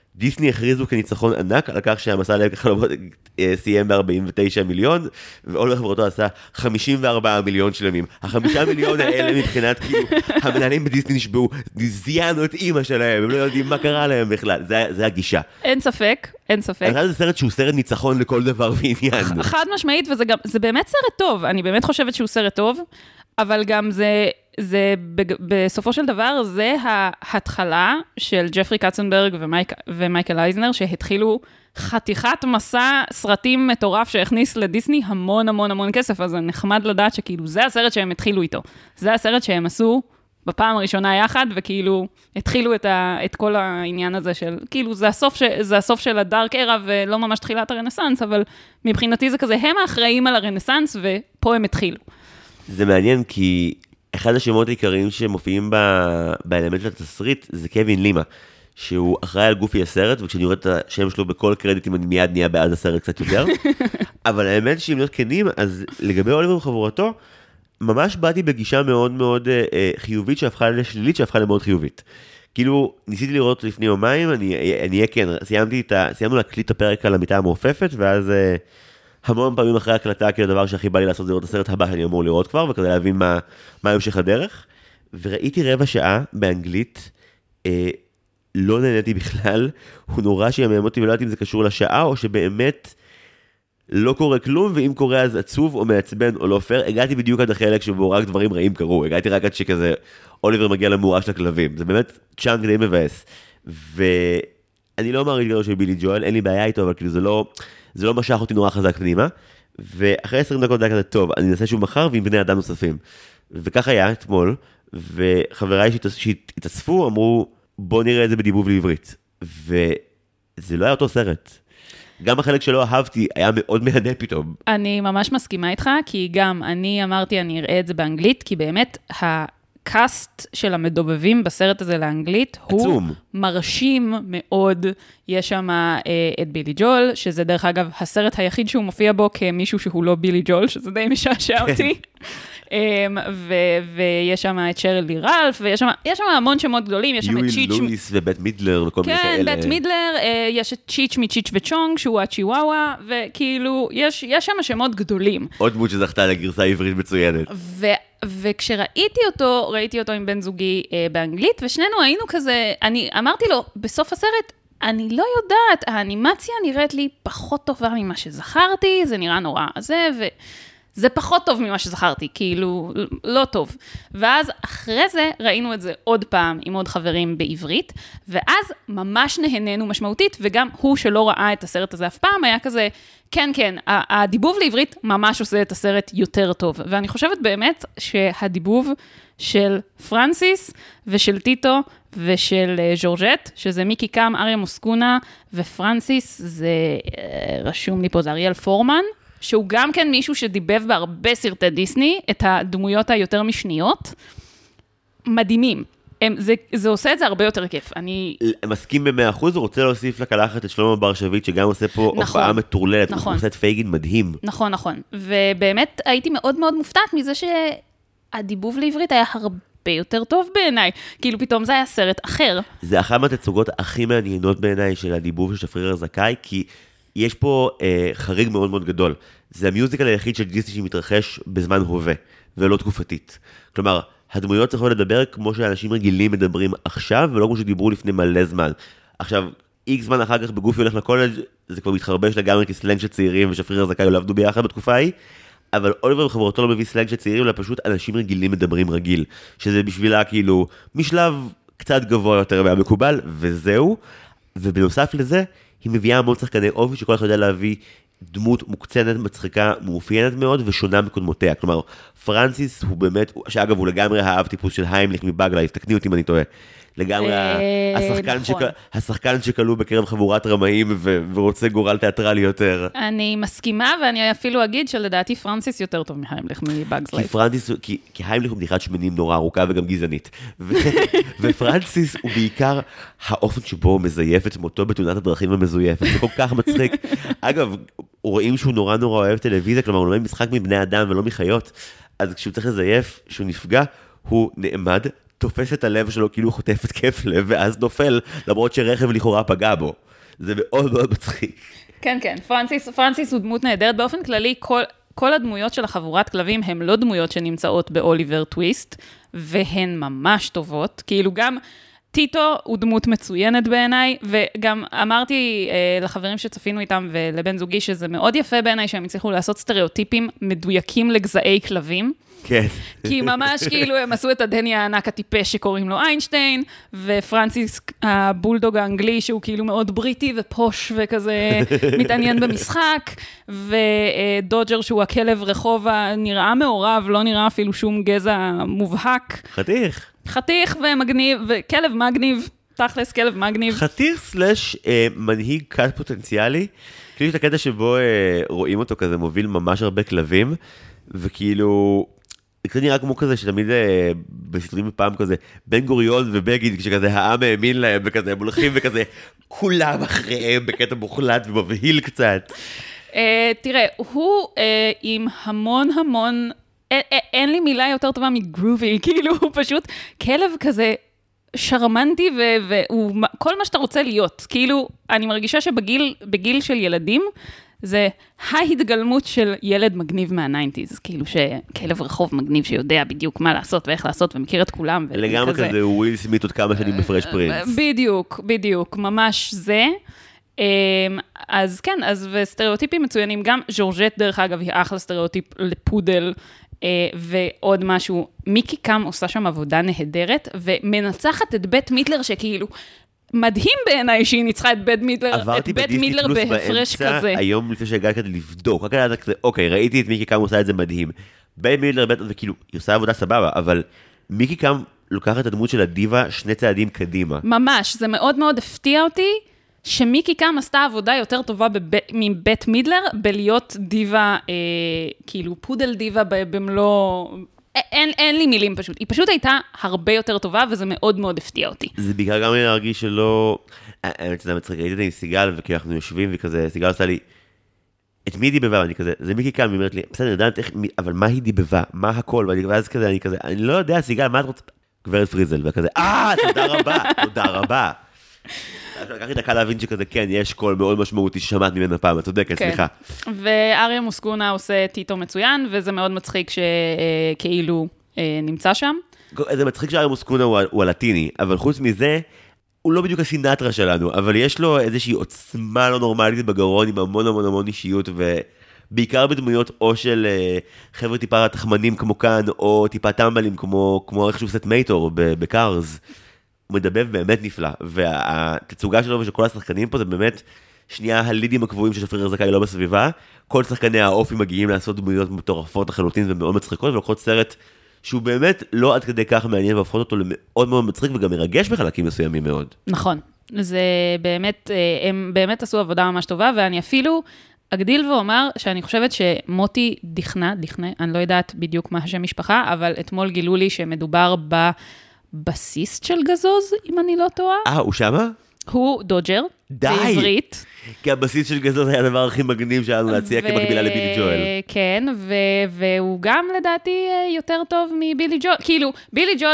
דיסני הכריזו כניצחון ענק על כך שהמסע לעמק החלומות סיים ב-ארבעים ותשעה מיליון, ואוליבר חברותו עשה חמישים וארבעה מיליון שלמים. החמישה מיליון האלה מבחינת, כאילו, המנהלים בדיסני נשבעו, זיינו את אימא שלהם, הם לא יודעים מה קרה להם בכלל, זה, זה הגישה. אין ספק, אין ספק. אני חושב שזה סרט שהוא סרט ניצחון לכל דבר ועניין. חד משמעית, וזה גם, זה באמת סרט טוב, אני באמת חושבת שהוא סרט טוב, אבל גם זה, זה בסופו של דבר, זה ההתחלה של ג'פרי קצנברג ומייק, ומייקל אייזנר, שהתחילו חתיכת מסע סרטים מטורף שהכניס לדיסני המון המון המון כסף, אז זה נחמד לדעת שכאילו זה הסרט שהם התחילו איתו. זה הסרט שהם עשו בפעם הראשונה יחד, וכאילו התחילו את, ה, את כל העניין הזה של, כאילו זה הסוף, ש, זה הסוף של הדארק ארה, ולא ממש תחילת הרנסנס, אבל מבחינתי זה כזה, הם האחראים על הרנסנס, ופה הם התחילו. זה מעניין, כי אחד השמות העיקריים שמופיעים ב- באלמנט של התסריט, זה קווין לימה, שהוא אחראי על גופי הסרט, וכשאני רואה את השם שלו בכל קרדיטים, אני מיד נהיה בעד הסרט קצת יותר. אבל האמת שאם להיות כנים, אז לגבי אוליבר וחבורתו, ממש באתי בגישה מאוד מאוד אה, חיובית, שהפכה לשלילית, שהפכה למאוד חיובית. כאילו, ניסיתי לראות לפני יומיים, אני אהיה כן, סיימתי את ה... סיימנו להקליט את הפרק על המיטה המעופפת, ואז אה, המון פעמים אחרי הקלטה, כאילו הדבר שהכי בא לי לעשות זה לראות את הסרט הבא שאני אמור לראות כבר, וכדי להבין מה, מה המשך הדרך. וראיתי רבע שעה באנגלית, אה, לא נהניתי בכלל, הוא נורא שימם אותי, ולא יודעת אם זה קשור לשעה, או שבאמת לא קורה כלום, ואם קורה אז עצוב או מעצבן או לא פייר. הגעתי בדיוק עד החלק שבו רק דברים רעים קרו, הגעתי רק עד שכזה אוליבר מגיע למאורה של הכלבים, זה באמת צ'אנק די מבאס, ואני לא מעריך גדול של בילי ג'ואל, אין לי בעיה איתו, אבל כאילו זה לא, זה לא משך אותי נורא חזק פנימה, ואחרי עשרים דקות דקה טוב, אני אנסה שוב מחר ועם בני אדם נוספים, וכך היה אתמול, וחבריי שהתאספו אמרו, בוא נראה את זה בדיבוב לעברית, וזה לא היה אותו סרט. גם החלק שלא אהבתי היה מאוד מהנה פתאום. אני ממש מסכימה איתך, כי גם אני אמרתי, אני אראה את זה באנגלית, כי באמת הקאסט של המדובבים בסרט הזה לאנגלית, עצום. הוא מרשים מאוד. יש שם אה, את בילי ג'ול, שזה דרך אגב הסרט היחיד שהוא מופיע בו כמישהו שהוא לא בילי ג'ול, שזה די משעשע אותי. ויש שם את שרלי רלף, ויש שם המון שמות גדולים, יש שם את צ'יץ' לואיס ובית מידלר וכל מיני כאלה. כן, בית מידלר, יש את צ'יץ' מצ'יץ' וצ'ונג, שהוא הצ'יוואווה, וכאילו, יש שם שמות גדולים. עוד דמות שזכתה לגרסה עברית מצוינת. וכשראיתי אותו, ראיתי אותו עם בן זוגי באנגלית, ושנינו היינו כזה, אני אמרתי לו, בסוף הסרט, אני לא יודעת, האנימציה נראית לי פחות טובה ממה שזכרתי, זה נראה נורא זה, ו... זה פחות טוב ממה שזכרתי, כאילו, לא טוב. ואז אחרי זה ראינו את זה עוד פעם עם עוד חברים בעברית, ואז ממש נהנינו משמעותית, וגם הוא שלא ראה את הסרט הזה אף פעם, היה כזה, כן, כן, הדיבוב לעברית ממש עושה את הסרט יותר טוב. ואני חושבת באמת שהדיבוב של פרנסיס ושל טיטו ושל ז'ורג'ט, שזה מיקי קאם, אריה מוסקונה, ופרנסיס זה רשום לי פה, זה אריאל פורמן, שהוא גם כן מישהו שדיבב בהרבה סרטי דיסני, את הדמויות היותר משניות, מדהימים. הם, זה, זה עושה את זה הרבה יותר כיף. אני... מסכים ב-מאה אחוז, הוא רוצה להוסיף לקלחת את שלמה בר שביט, שגם עושה פה נכון, הופעה מטורללת, נכון. הוא עושה את פייגין מדהים. נכון, נכון. ובאמת הייתי מאוד מאוד מופתעת מזה שהדיבוב לעברית היה הרבה יותר טוב בעיניי. כאילו פתאום זה היה סרט אחר. זה אחת מהתצוגות הכי מעניינות בעיניי של הדיבוב של שפריר זכאי, כי יש פה אה, חריג מאוד מאוד גדול. זה המיוזיקל היחיד של דיסני שמתרחש בזמן הווה, ולא תקופתית. כלומר, הדמויות צריכות לדבר כמו שאנשים רגילים מדברים עכשיו, ולא כמו שדיברו לפני מלא זמן. עכשיו, איקס זמן אחר כך בגופי הולך לקולג', זה כבר מתחרבש לגמרי כסלנג של צעירים, ושפריר זכאי לא עבדו ביחד בתקופה ההיא, אבל אוליבר וחברותו לא מביא סלנג של צעירים, אלא פשוט אנשים רגילים מדברים רגיל, שזה בשבילה כאילו משלב קצת גבוה יותר מהמקובל, וזהו. ובנוסף לזה, היא מביאה המון שחקני אופי שכל אחד יודע להביא דמות מוקצנת, מצחיקה, מאופיינת מאוד ושונה מקודמותיה. כלומר, פרנסיס הוא באמת, שאגב הוא לגמרי האב טיפוס של היימליך מבאגלייב, תקני אותי אם אני טועה. לגמרי השחקן שקלו בקרב חבורת רמאים ורוצה גורל תיאטרלי יותר. אני מסכימה, ואני אפילו אגיד שלדעתי פרנסיס יותר טוב מהיימליך מבאגלייב. כי פרנסיס, כי היימליך הוא בדיחת שמנים נורא ארוכה וגם גזענית. ופרנסיס הוא בעיקר האופן שבו הוא מזייף את מותו בתאונת הדרכים המזויפת. זה כל כך מצחיק. אגב, רואים שהוא נורא נורא אוהב טלוויזיה, כלומר הוא לא משחק מבני אדם ולא מחיות. אז כשהוא צריך לזייף שהוא נפגע, הוא נעמד, תופס את הלב שלו כאילו חוטף את כיף לב, ואז נופל, למרות שרכב לכאורה פגע בו. זה מאוד מאוד מצחיק. כן, כן, פרנסיס, פרנסיס הוא דמות נהדרת. באופן כללי, כל, כל הדמויות של החבורת כלבים הן לא דמויות שנמצאות באוליבר טוויסט, והן ממש טובות. כאילו גם טיטו הוא דמות מצוינת בעיניי, וגם אמרתי אה, לחברים שצפינו איתם ולבן זוגי, שזה מאוד יפה בעיניי שהם הצליחו לעשות סטריאוטיפים מדויקים לגזעי כלבים. כן. כי ממש כאילו הם עשו את הדני הענק הטיפש שקוראים לו איינשטיין, ופרנסיס הבולדוג האנגלי שהוא כאילו מאוד בריטי ופוש וכזה מתעניין במשחק, ודודג'ר שהוא הכלב רחוב נראה מעורב, לא נראה אפילו שום גזע מובהק. חתיך. חתיך ומגניב, וכלב מגניב, תכלס כלב מגניב. חתיך סלש אה, מנהיג קאט פוטנציאלי, כאילו יש את הקטע שבו אה, רואים אותו כזה מוביל ממש הרבה כלבים, וכאילו... זה נראה כמו כזה שתמיד אה, בסדרים מפעם כזה, בן גוריון ובגין, כשכזה העם האמין להם, וכזה הם הולכים וכזה, כולם אחריהם בקטע מוחלט ומבהיל קצת. אה, תראה, הוא אה, עם המון המון, אה, אה, אין לי מילה יותר טובה מגרובי, כאילו הוא פשוט כלב כזה שרמנטי, והוא כל מה שאתה רוצה להיות. כאילו, אני מרגישה שבגיל בגיל של ילדים, זה ההתגלמות של ילד מגניב מהניינטיז, כאילו שכלב רחוב מגניב שיודע בדיוק מה לעשות ואיך לעשות ומכיר את כולם. לגמרי כזה וויל סמית עוד כמה שנים בפרש פרינס. בדיוק, בדיוק, ממש זה. אז כן, אז וסטריאוטיפים מצוינים, גם ז'ורג'ט דרך אגב היא אחלה סטריאוטיפ לפודל, ועוד משהו, מיקי קאם עושה שם עבודה נהדרת, ומנצחת את בית מיטלר שכאילו... מדהים בעיניי שהיא ניצחה את בית מידלר, עברתי בדיסני פלוס באמצע, היום לפני שהגעתי כדי לבדוק, רק לדעת כזה, אוקיי, ראיתי את מיקי קאם עושה את זה מדהים. בית מידלר, וכאילו, היא עושה עבודה סבבה, אבל מיקי קאם לוקחת את הדמות של הדיבה שני צעדים קדימה. ממש, זה מאוד מאוד הפתיע אותי, שמיקי קאם עשתה עבודה יותר טובה מבית מידלר, בלהיות דיבה, כאילו פודל דיבה במלוא... אין, אין לי מילים פשוט. היא פשוט הייתה הרבה יותר טובה, וזה מאוד מאוד הפתיע אותי. זה בעיקר גם להרגיש שלא... האמת שזה מצחיק, ראיתי את זה עם סיגל, וכי אנחנו יושבים, וכזה, סיגל עושה לי, את מי היא דיבבה? אני כזה, זה מיקי קאם, היא אומרת לי, בסדר, אני יודעת איך, אבל מה היא דיבבה? מה הכל? ואז כזה, אני כזה, אני לא יודע, סיגל, מה את רוצה? גברת פריזל, וכזה, אה, תודה רבה, תודה רבה. לקחתי דקה להבין שכזה, כן, יש קול מאוד משמעותי ששמעת ממנו פעם, את צודקת, סליחה. ואריה מוסקונה עושה טיטו מצוין, וזה מאוד מצחיק שכאילו נמצא שם. זה מצחיק שאריה מוסקונה הוא הלטיני, אבל חוץ מזה, הוא לא בדיוק הסינטרה שלנו, אבל יש לו איזושהי עוצמה לא נורמלית בגרון, עם המון המון המון אישיות, ובעיקר בדמויות או של חבר'ה טיפה תחמנים כמו כאן, או טיפה טמבלים כמו איך שהוא עושה את מייטור בקארז. הוא מדבב באמת נפלא, והתצוגה שלו ושל כל השחקנים פה זה באמת שנייה הלידים הקבועים ששפריר זכאי לא בסביבה, כל שחקני האופי מגיעים לעשות דמויות מטורפות לחלוטין ומאוד מצחיקות, ולוקחות סרט שהוא באמת לא עד כדי כך מעניין, והופכות אותו למאוד מאוד מצחיק וגם מרגש בחלקים מסוימים מאוד. נכון, זה באמת, הם באמת עשו עבודה ממש טובה, ואני אפילו אגדיל ואומר שאני חושבת שמוטי דכנה, דכנה, אני לא יודעת בדיוק מה השם משפחה, אבל אתמול גילו לי שמדובר ב... בסיסט של גזוז, אם אני לא טועה. אה, הוא שמה? הוא דודג'ר, די! בעברית. כי הבסיסט של גזוז היה הדבר הכי מגניב שהיה לנו להציע כמקבילה לבילי ג'ואל. כן, והוא גם לדעתי יותר טוב מבילי ג'ואל. כאילו, בילי ג'ואל,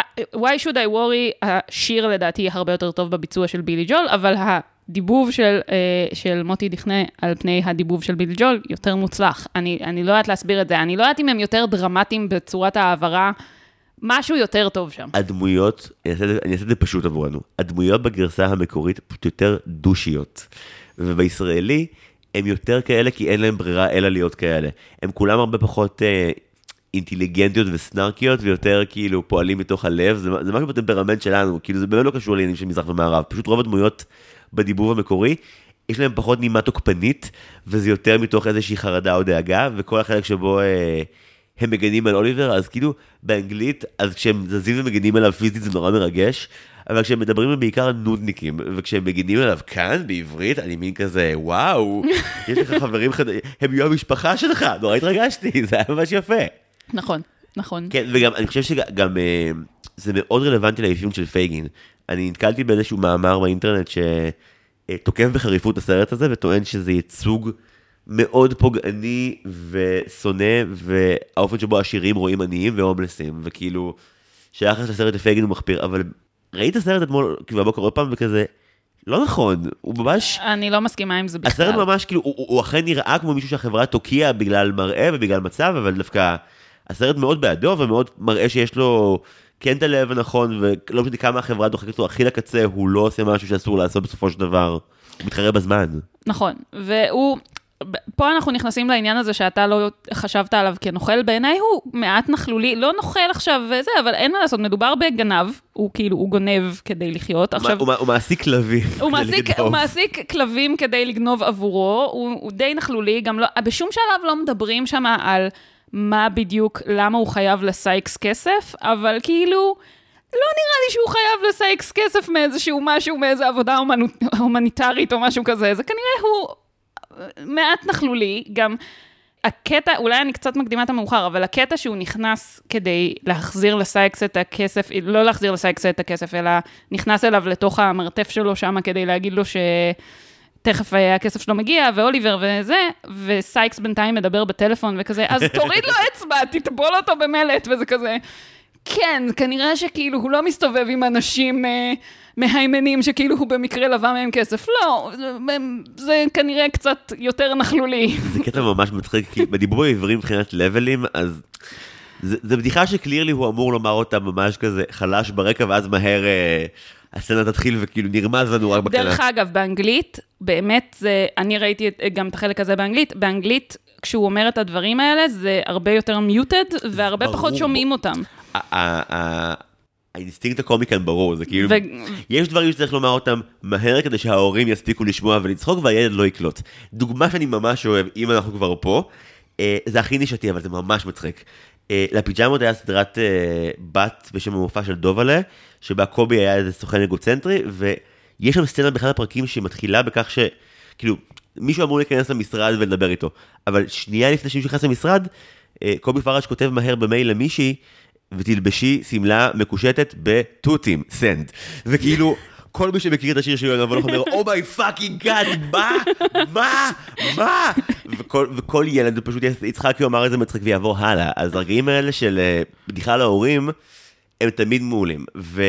Why should I worry, השיר לדעתי הרבה יותר טוב בביצוע של בילי ג'ואל, אבל הדיבוב של, של מוטי דכנה על פני הדיבוב של בילי ג'ואל יותר מוצלח. אני, אני לא יודעת להסביר את זה. אני לא יודעת אם הם יותר דרמטיים בצורת העברה, משהו יותר טוב שם. הדמויות, אני אעשה, אני אעשה את זה פשוט עבורנו, הדמויות בגרסה המקורית פשוט יותר דושיות, ובישראלי הם יותר כאלה כי אין להם ברירה אלא להיות כאלה. הם כולם הרבה פחות אה, אינטליגנטיות וסנרקיות, ויותר כאילו פועלים מתוך הלב, זה, זה משהו בטמפרמנט שלנו, כאילו זה באמת לא קשור לעניינים של מזרח ומערב, פשוט רוב הדמויות בדיבוב המקורי, יש להם פחות נימה תוקפנית, וזה יותר מתוך איזושהי חרדה או דאגה, וכל החלק שבו... אה, הם מגנים על אוליבר, אז כאילו באנגלית, אז כשהם זזים ומגנים עליו פיזית זה נורא מרגש, אבל כשהם מדברים הם בעיקר נודניקים, וכשהם מגנים עליו כאן בעברית, אני מין כזה, וואו, יש לך חברים חדשים, הם יהיו המשפחה שלך, נורא התרגשתי, זה היה ממש יפה. נכון, נכון. כן, וגם אני חושב שגם זה מאוד רלוונטי לאפיון של פייגין. אני נתקלתי באיזשהו מאמר באינטרנט שתוקף בחריפות הסרט הזה, וטוען שזה ייצוג מאוד פוגעני ושונא, והאופן שבו עשירים רואים עניים והומלסים, וכאילו, שהיחס לסרט לפייגין הוא מחפיר, אבל ראית הסרט אתמול, כאילו בבוקר עוד פעם וכזה, לא נכון, הוא ממש... אני לא מסכימה עם זה בכלל. הסרט ממש, כאילו, הוא, הוא אכן נראה כמו מישהו שהחברה תוקיע בגלל מראה ובגלל מצב, אבל דווקא הסרט מאוד בעדו ומאוד מראה שיש לו כן את הלב הנכון, ולא משנה כמה החברה דוחקת לו הכי לקצה, הוא לא עושה משהו שאסור לעשות בסופו של דבר, הוא מתחרה בזמן. נכון, והוא... פה אנחנו נכנסים לעניין הזה שאתה לא חשבת עליו כנוכל, בעיניי הוא מעט נכלולי, לא נוכל עכשיו וזה, אבל אין מה לעשות, מדובר בגנב, הוא כאילו, הוא גונב כדי לחיות. עכשיו, הוא, הוא מעסיק כלבים הוא מעסיק, הוא מעסיק כלבים כדי לגנוב עבורו, הוא, הוא די נכלולי, גם לא, בשום שלב לא מדברים שם על מה בדיוק, למה הוא חייב לסייקס כסף, אבל כאילו, לא נראה לי שהוא חייב לסייקס כסף מאיזשהו משהו, מאיזו עבודה הומניטרית או משהו כזה, זה כנראה הוא... מעט נכלולי, גם הקטע, אולי אני קצת מקדימה את המאוחר, אבל הקטע שהוא נכנס כדי להחזיר לסייקס את הכסף, לא להחזיר לסייקס את הכסף, אלא נכנס אליו לתוך המרתף שלו שם, כדי להגיד לו שתכף הכסף שלו מגיע, ואוליבר וזה, וסייקס בינתיים מדבר בטלפון וכזה, אז תוריד לו אצבע, תטבול אותו במלט, וזה כזה, כן, כנראה שכאילו הוא לא מסתובב עם אנשים... מהיימנים שכאילו הוא במקרה לבא מהם כסף. לא, זה, זה כנראה קצת יותר נכלולי. זה קטע ממש מצחיק, כי בדיבור העברים מבחינת לבלים, אז זה, זה בדיחה שקלירלי הוא אמור לומר אותה ממש כזה חלש ברקע, ואז מהר אה, הסצנה תתחיל וכאילו נרמז לנו רק בקטנה. דרך אגב, באנגלית, באמת, זה, אני ראיתי גם את החלק הזה באנגלית, באנגלית, כשהוא אומר את הדברים האלה, זה הרבה יותר מיוטד, והרבה ברור. פחות שומעים אותם. האינסטינקט הקומי כאן ברור, זה כאילו, ו... יש דברים שצריך לומר אותם מהר כדי שההורים יספיקו לשמוע ולצחוק והילד לא יקלוט. דוגמה שאני ממש אוהב, אם אנחנו כבר פה, אה, זה הכי נישתי, אבל זה ממש מצחיק. אה, לפיג'מות היה סדרת אה, בת בשם המופע של דובלה, שבה קובי היה איזה סוכן אגוצנטרי, ויש שם סצנה באחד הפרקים שמתחילה בכך ש... כאילו, מישהו אמור להיכנס למשרד ולדבר איתו, אבל שנייה לפני שמישהו נכנס למשרד, אה, קובי פרש כותב מהר במייל למישהי, ותלבשי סמלה מקושטת בטוטים, סנד. וכאילו, כל מי שמכיר את השיר שלי, אבל לא אומר, Oh my fucking God, מה? מה? מה? וכל, וכל ילד פשוט יצחק כי הוא אמר איזה מצחיק ויעבור הלאה. אז הרגעים האלה של בדיחה להורים, הם תמיד מעולים.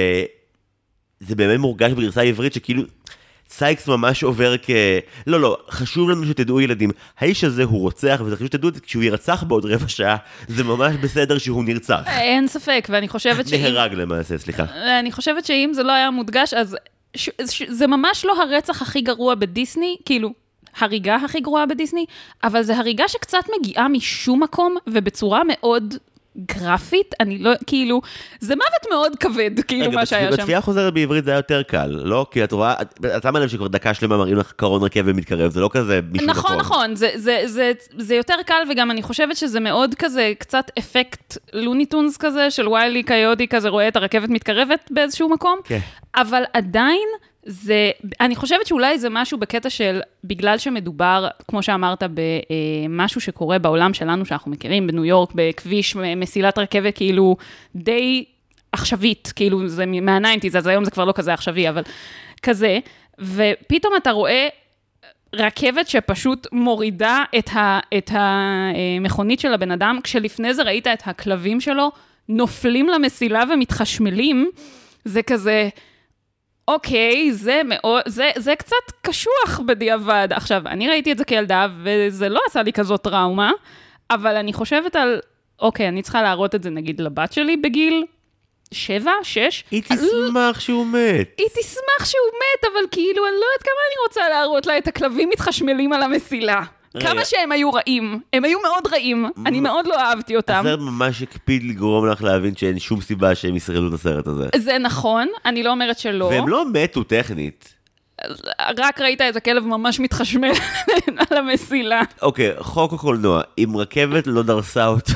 וזה באמת מורגש בגרסה העברית שכאילו, סייקס ממש עובר כ... לא, לא, חשוב לנו שתדעו ילדים, האיש הזה הוא רוצח, וזה חשוב שתדעו את זה, כשהוא ירצח בעוד רבע שעה, זה ממש בסדר שהוא נרצח. אין ספק, ואני חושבת שאם... נהרג למעשה, סליחה. אני חושבת שאם זה לא היה מודגש, אז ש... ש... זה ממש לא הרצח הכי גרוע בדיסני, כאילו, הריגה הכי גרועה בדיסני, אבל זה הריגה שקצת מגיעה משום מקום, ובצורה מאוד... גרפית, אני לא, כאילו, זה מוות מאוד כבד, כאילו מה שהיה שם. בצפייה חוזרת בעברית זה היה יותר קל, לא? כי את רואה, את שמה לב שכבר דקה שלמה מראים לך קרון רכב ומתקרב, זה לא כזה מישהו נכון. נכון, נכון, זה, זה, זה, זה יותר קל, וגם אני חושבת שזה מאוד כזה, קצת אפקט לוניטונס כזה, של ויילי קיודי כזה, רואה את הרכבת מתקרבת באיזשהו מקום, כן. אבל עדיין, זה, אני חושבת שאולי זה משהו בקטע של, בגלל שמדובר, כמו שאמרת, במשהו שקורה בעולם שלנו, שאנחנו מכירים, בניו יורק, בכביש, מסילת רכבת, כאילו, די עכשווית, כאילו, זה מה-תשעים, אז היום זה כבר לא כזה עכשווי, אבל כזה, ופתאום אתה רואה רכבת שפשוט מורידה את, ה, את המכונית של הבן אדם, כשלפני זה ראית את הכלבים שלו, נופלים למסילה ומתחשמלים, זה כזה... אוקיי, זה מאוד, זה, זה קצת קשוח בדיעבד. עכשיו, אני ראיתי את זה כילדה, וזה לא עשה לי כזאת טראומה, אבל אני חושבת על, אוקיי, אני צריכה להראות את זה נגיד לבת שלי בגיל שבע, שש. היא תשמח שהוא מת. היא תשמח שהוא מת, אבל כאילו, אני לא יודעת כמה אני רוצה להראות לה את הכלבים מתחשמלים על המסילה. כמה שהם היו רעים, הם היו מאוד רעים, אני מאוד לא אהבתי אותם. הסרט ממש הקפיד לגרום לך להבין שאין שום סיבה שהם ישרדו את הסרט הזה. זה נכון, אני לא אומרת שלא. והם לא מתו טכנית. רק ראית את הכלב ממש מתחשמל על המסילה. אוקיי, חוק הקולנוע, אם רכבת לא דרסה אותו,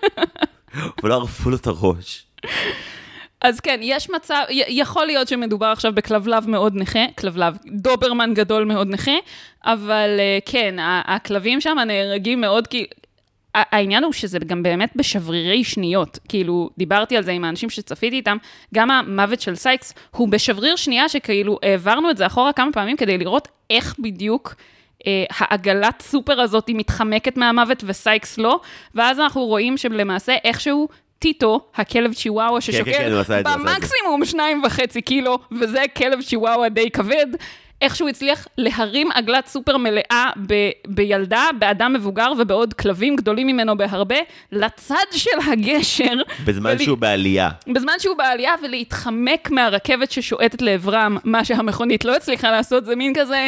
ולא ערפו לו את הראש. אז כן, יש מצב, יכול להיות שמדובר עכשיו בכלבלב מאוד נכה, כלבלב, דוברמן גדול מאוד נכה, אבל כן, הכלבים שם נהרגים מאוד, כי העניין הוא שזה גם באמת בשברירי שניות, כאילו דיברתי על זה עם האנשים שצפיתי איתם, גם המוות של סייקס הוא בשבריר שנייה שכאילו העברנו את זה אחורה כמה פעמים כדי לראות איך בדיוק אה, העגלת סופר הזאת היא מתחמקת מהמוות וסייקס לא, ואז אנחנו רואים שלמעשה איכשהו טיטו, הכלב צ'יוואווה ששוקל במקסימום שניים וחצי קילו, וזה כלב צ'יוואווה די כבד, איכשהו הצליח להרים עגלת סופר מלאה ב- בילדה, באדם מבוגר ובעוד כלבים גדולים ממנו בהרבה, לצד של הגשר. בזמן ול... שהוא בעלייה. בזמן שהוא בעלייה, ולהתחמק מהרכבת ששועטת לעברם, מה שהמכונית לא הצליחה לעשות, זה מין כזה,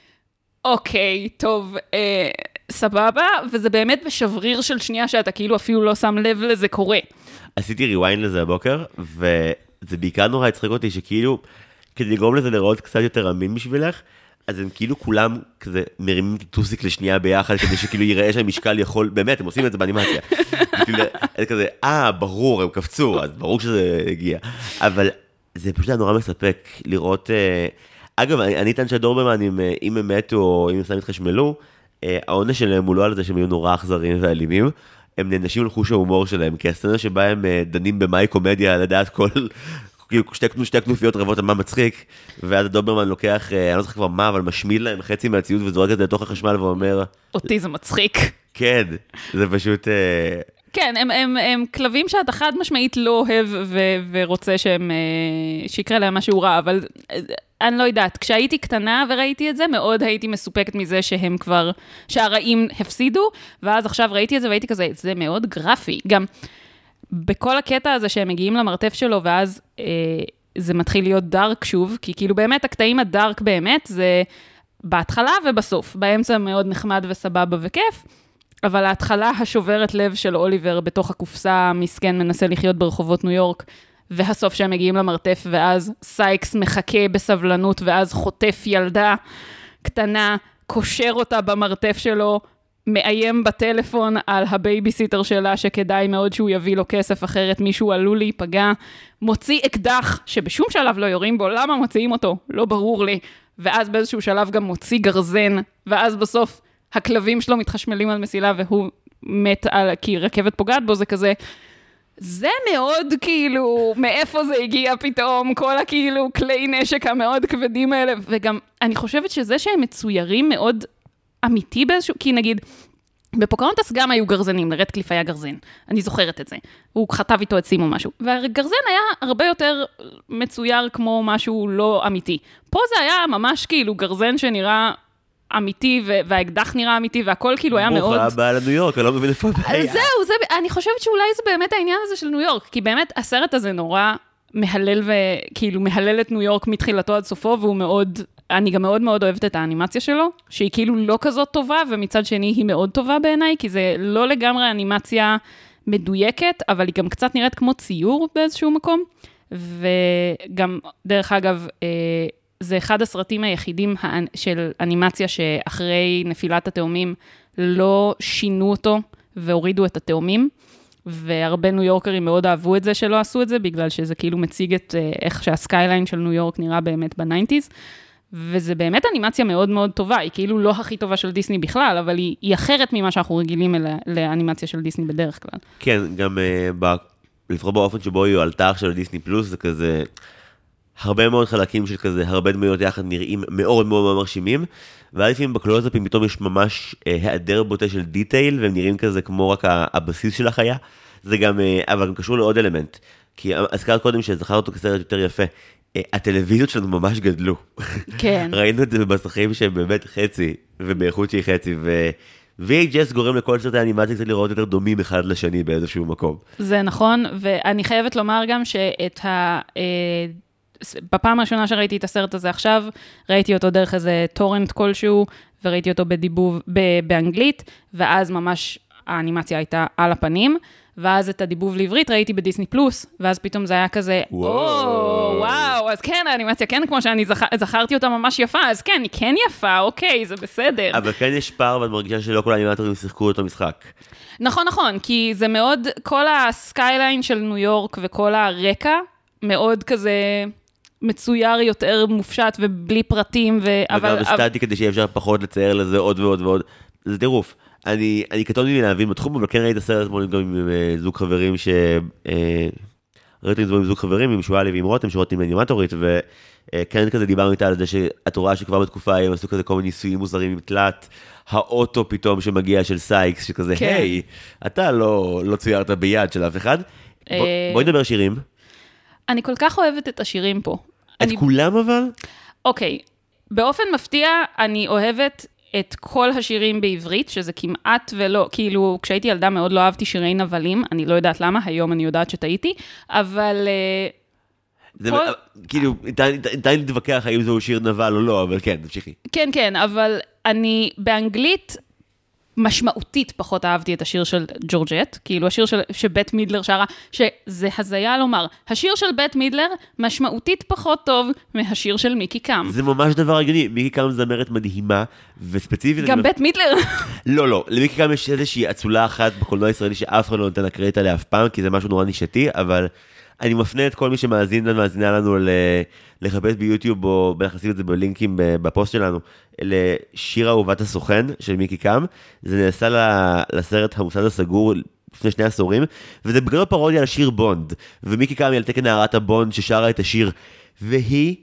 אוקיי, טוב, אה, סבבה, וזה באמת בשבריר של שנייה שאתה כאילו אפילו לא שם לב לזה קורה. עשיתי ריוויינד לזה הבוקר, וזה בעיקר נורא הצחיק אותי שכאילו, כדי לגרום לזה לראות קצת יותר אמין בשבילך, אז הם כאילו כולם כזה מרימים טיטוסיק לשנייה ביחד, כדי שכאילו ייראה שהמשקל יכול, באמת, הם עושים את זה באנימציה. זה כזה, אה, ברור, הם קפצו, אז ברור שזה הגיע. אבל זה פשוט היה נורא מספק לראות, אגב, אני אתן שהדורברמן, אם הם מתו או אם הם סתם התחשמלו, העונש שלהם הוא לא על זה שהם יהיו נורא אכזריים ואלימים, הם נענשים על חוש ההומור שלהם, כי הסצנה שבה הם דנים במאי קומדיה, לדעת כל... כאילו שתי, שתי כנופיות רבות על מה מצחיק, ואז הדוברמן לוקח, אני לא זוכר כבר מה, אבל משמיד להם חצי מהציוד וזורק את זה לתוך החשמל ואומר... אותי זה מצחיק. כן, זה פשוט... כן, הם, הם, הם כלבים שאתה חד משמעית לא אוהב ו, ורוצה שהם, שיקרה להם משהו רע, אבל אני לא יודעת, כשהייתי קטנה וראיתי את זה, מאוד הייתי מסופקת מזה שהם כבר, שהרעים הפסידו, ואז עכשיו ראיתי את זה והייתי כזה, זה מאוד גרפי. גם בכל הקטע הזה שהם מגיעים למרתף שלו, ואז אה, זה מתחיל להיות דארק שוב, כי כאילו באמת הקטעים הדארק באמת, זה בהתחלה ובסוף, באמצע מאוד נחמד וסבבה וכיף, אבל ההתחלה השוברת לב של אוליבר בתוך הקופסה, מסכן מנסה לחיות ברחובות ניו יורק, והסוף שהם מגיעים למרתף, ואז סייקס מחכה בסבלנות, ואז חוטף ילדה קטנה, קושר אותה במרתף שלו, מאיים בטלפון על הבייביסיטר שלה, שכדאי מאוד שהוא יביא לו כסף, אחרת מישהו עלול להיפגע, מוציא אקדח, שבשום שלב לא יורים בו, למה מוציאים אותו? לא ברור לי. ואז באיזשהו שלב גם מוציא גרזן, ואז בסוף הכלבים שלו מתחשמלים על מסילה, והוא מת על, כי רכבת פוגעת בו, זה כזה, זה מאוד כאילו, מאיפה זה הגיע פתאום, כל הכאילו כלי נשק המאוד כבדים האלה, וגם אני חושבת שזה שהם מצוירים מאוד אמיתי באיזשהו, כי נגיד, בפוקהונטס גם היו גרזנים, לרדקליף היה גרזן, אני זוכרת את זה, הוא חטב איתו עצים או משהו, והגרזן היה הרבה יותר מצויר כמו משהו לא אמיתי. פה זה היה ממש כאילו גרזן שנראה אמיתי, והאקדח נראה אמיתי, והכל כאילו היה מאוד... מוכה באה לניו יורק, אני לא מבין איפה הבעיה. זהו, זה, אני חושבת שאולי זה באמת העניין הזה של ניו יורק, כי באמת הסרט הזה נורא מהלל וכאילו מהלל את ניו יורק מתחילתו עד סופו, והוא מאוד... אני גם מאוד מאוד אוהבת את האנימציה שלו, שהיא כאילו לא כזאת טובה, ומצד שני היא מאוד טובה בעיניי, כי זה לא לגמרי אנימציה מדויקת, אבל היא גם קצת נראית כמו ציור באיזשהו מקום, וגם, דרך אגב, זה אחד הסרטים היחידים של אנימציה שאחרי נפילת התאומים לא שינו אותו והורידו את התאומים, והרבה ניו יורקרים מאוד אהבו את זה שלא עשו את זה, בגלל שזה כאילו מציג את איך שהסקייליין של ניו יורק נראה באמת בניינטיז, וזה באמת אנימציה מאוד מאוד טובה, היא כאילו לא הכי טובה של דיסני בכלל, אבל היא, היא אחרת ממה שאנחנו רגילים אליה, לאנימציה של דיסני בדרך כלל. כן, גם uh, ב... לפחות באופן שבו היא עלתה עכשיו לדיסני פלוס, זה כזה, הרבה מאוד חלקים של כזה, הרבה דמויות יחד נראים מאוד מאוד מאוד מרשימים, ואז לפעמים בקלוזאפים פתאום יש ממש uh, היעדר בוטה של דיטייל, והם נראים כזה כמו רק הבסיס של החיה, זה גם, uh, אבל גם קשור לעוד אלמנט, כי הזכרת קודם שזכר אותו כסרט יותר יפה, הטלוויזיות שלנו ממש גדלו. כן. ראינו את זה במסכים שהם באמת חצי, ובאיכות שהיא חצי, ו-וי איי ג'י אס גורם לכל סרטי האנימציה קצת לראות יותר דומים אחד לשני באיזשהו מקום. זה נכון, ואני חייבת לומר גם שאת ה... בפעם הראשונה שראיתי את הסרט הזה עכשיו, ראיתי אותו דרך איזה טורנט כלשהו, וראיתי אותו בדיבוב, באנגלית, ואז ממש האנימציה הייתה על הפנים, ואז את הדיבוב לעברית ראיתי בדיסני פלוס, ואז פתאום זה היה כזה, וואו, וואו, אז כן, האנימציה כן, כמו שאני זכרתי אותה ממש יפה, אז כן, היא כן יפה, אוקיי, זה בסדר. אבל כן יש פער, ואת מרגישה שלא כל האנימטורים שיחקו אותו משחק. נכון, נכון, כי זה מאוד, כל הסקייליין של ניו יורק וכל הרקע, מאוד כזה מצויר יותר מופשט ובלי פרטים, וגם הסטטי כדי שיהיה אפשר פחות לצייר לזה עוד ועוד ועוד, זה טירוף. אני, אני קטון ממני להבין בתחום, אבל כן ראיתי הסרט אתמול גם עם זוג חברים ש... ראיתי את זה עם זוג חברים, עם שואלי ועם רותם, שרואים אנימטורית, וכן כזה דיברנו איתה על זה שאת רואה שכבר בתקופה הם עשו כזה כל מיני ניסויים מוזרים עם תלת, האוטו פתאום שמגיע של סייקס, שכזה, היי, אתה לא, לא ציירת ביד של אף אחד. בואי נדבר שירים. אני כל כך אוהבת את השירים פה. את כולם אבל? אוקיי, באופן מפתיע אני אוהבת את כל השירים בעברית, שזה כמעט ולא, כאילו, כשהייתי ילדה מאוד לא אהבתי שירי נבלים, אני לא יודעת למה, היום אני יודעת שטעיתי, אבל... זה, כל... כאילו, ניתן להתווכח האם זהו שיר נבל או לא, אבל כן, תמשיכי. כן, כן, אבל אני באנגלית משמעותית פחות אהבתי את השיר של ג'ורג'ט, כאילו השיר של, שבית מידלר שרה, שזה הזיה לומר, השיר של בית מידלר משמעותית פחות טוב מהשיר של מיקי קאם. זה ממש דבר הגיוני, מיקי קאם זמרת מדהימה, וספציפית... גם בית מידלר. לא, לא, למיקי קאם יש איזושהי אצולה אחת בקולנוע הישראלי שאף אחד לא נותן לקראת עליה אף פעם, כי זה משהו נורא נישתי, אבל אני מפנה את כל מי שמאזין לנו, מאזינה לנו לחפש ביוטיוב, או להכניס את זה בלינקים בפוסט שלנו, לשיר אהובת הסוכן של מיקי קאם. זה נעשה לסרט המוסד הסגור לפני שני עשורים, וזה בגלל פרודיה על שיר בונד, ומיקי קאם היא על תקן נערת הבונד ששרה את השיר, והיא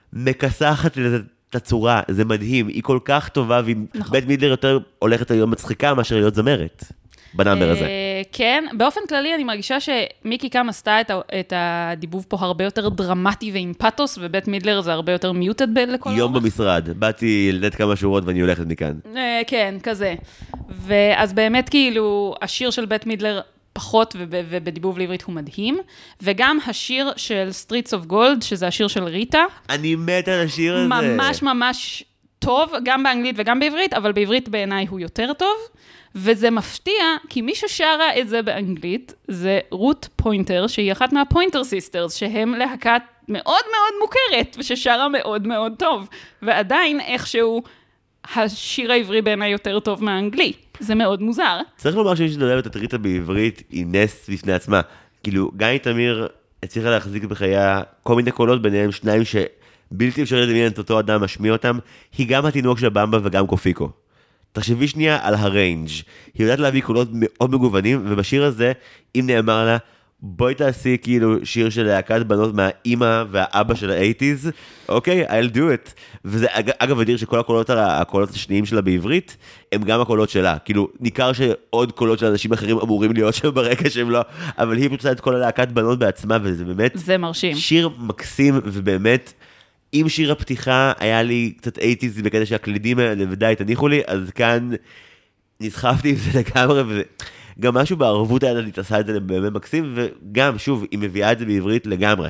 מכסחת את הצורה, זה מדהים, היא כל כך טובה, והיא נכון. בית מידלר יותר הולכת היום מצחיקה מאשר להיות זמרת. בנאמבר הזה. כן, באופן כללי אני מרגישה שמיקי קאם עשתה את הדיבוב פה הרבה יותר דרמטי ועם פאטוס, ובית מידלר זה הרבה יותר מיוטד לכל אורך. יום במשרד, באתי לדעת כמה שורות ואני הולכת מכאן. כן, כזה. ואז באמת כאילו השיר של בית מידלר פחות ובדיבוב לעברית הוא מדהים, וגם השיר של Streets of Gold, שזה השיר של ריטה. אני מת על השיר הזה. ממש ממש טוב, גם באנגלית וגם בעברית, אבל בעברית בעיניי הוא יותר טוב. וזה מפתיע, כי מי ששרה את זה באנגלית, זה רות פוינטר, שהיא אחת מהפוינטר סיסטרס, שהם להקת מאוד מאוד מוכרת, וששרה מאוד מאוד טוב. ועדיין איכשהו, השיר העברי בעיניי יותר טוב מהאנגלי. זה מאוד מוזר. צריך לומר שמי שדולבת את ריטה בעברית, היא נס בפני עצמה. כאילו, גיא תמיר הצליחה להחזיק בחייה כל מיני קולות, ביניהם שניים שבלתי אפשר לדמיין את אותו אדם משמיע אותם. היא גם התינוק של במבה וגם קופיקו. תחשבי שנייה על הריינג'. היא יודעת להביא קולות מאוד מגוונים, ובשיר הזה, אם נאמר לה, בואי תעשי כאילו שיר של להקת בנות מהאימא והאבא של ה-שמונים, אוקיי, I'll do it. וזה אגב אדיר שכל הקולות, הקולות השניים שלה בעברית, הם גם הקולות שלה. כאילו, ניכר שעוד קולות של אנשים אחרים אמורים להיות שם ברקע שהם לא, אבל היא פוצעה את כל הלהקת בנות בעצמה, וזה באמת... זה מרשים. שיר מקסים, ובאמת... אם שיר הפתיחה היה לי קצת שמונים בקטע שהקלידים האלה ודי תניחו לי, אז כאן נסחפתי עם זה לגמרי, וגם משהו בערבות הידנית עשה את זה באמת מקסים, וגם, שוב, היא מביאה את זה בעברית לגמרי.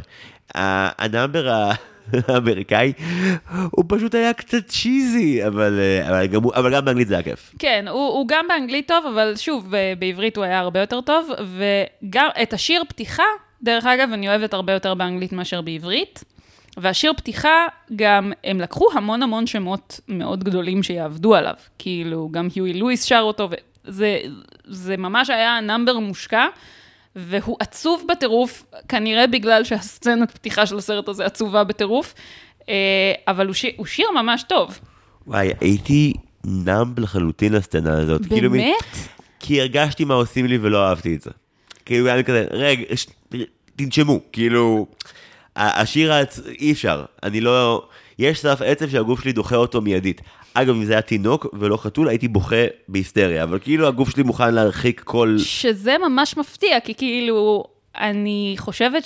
הנאמבר האמריקאי, הוא פשוט היה קצת צ'יזי, אבל, אבל, גם, אבל גם באנגלית זה היה כיף. כן, הוא, הוא גם באנגלית טוב, אבל שוב, בעברית הוא היה הרבה יותר טוב, וגם את השיר פתיחה, דרך אגב, אני אוהבת הרבה יותר באנגלית מאשר בעברית, והשיר פתיחה גם, הם לקחו המון המון שמות מאוד גדולים שיעבדו עליו, כאילו גם היואי לואיס שר אותו, וזה זה ממש היה נאמבר מושקע, והוא עצוב בטירוף, כנראה בגלל שהסצנת פתיחה של הסרט הזה עצובה בטירוף, אבל הוא שיר, הוא שיר ממש טוב. וואי, הייתי נאמב לחלוטין לסצנה הזאת. באמת? כאילו, כי הרגשתי מה עושים לי ולא אהבתי את זה. כאילו היה לי כזה, רגע, תנשמו, כאילו... השיר אי אפשר, אני לא, יש סף עצב שהגוף שלי דוחה אותו מיידית. אגב, אם זה היה תינוק ולא חתול, הייתי בוכה בהיסטריה, אבל כאילו הגוף שלי מוכן להרחיק כל... שזה ממש מפתיע, כי כאילו, אני חושבת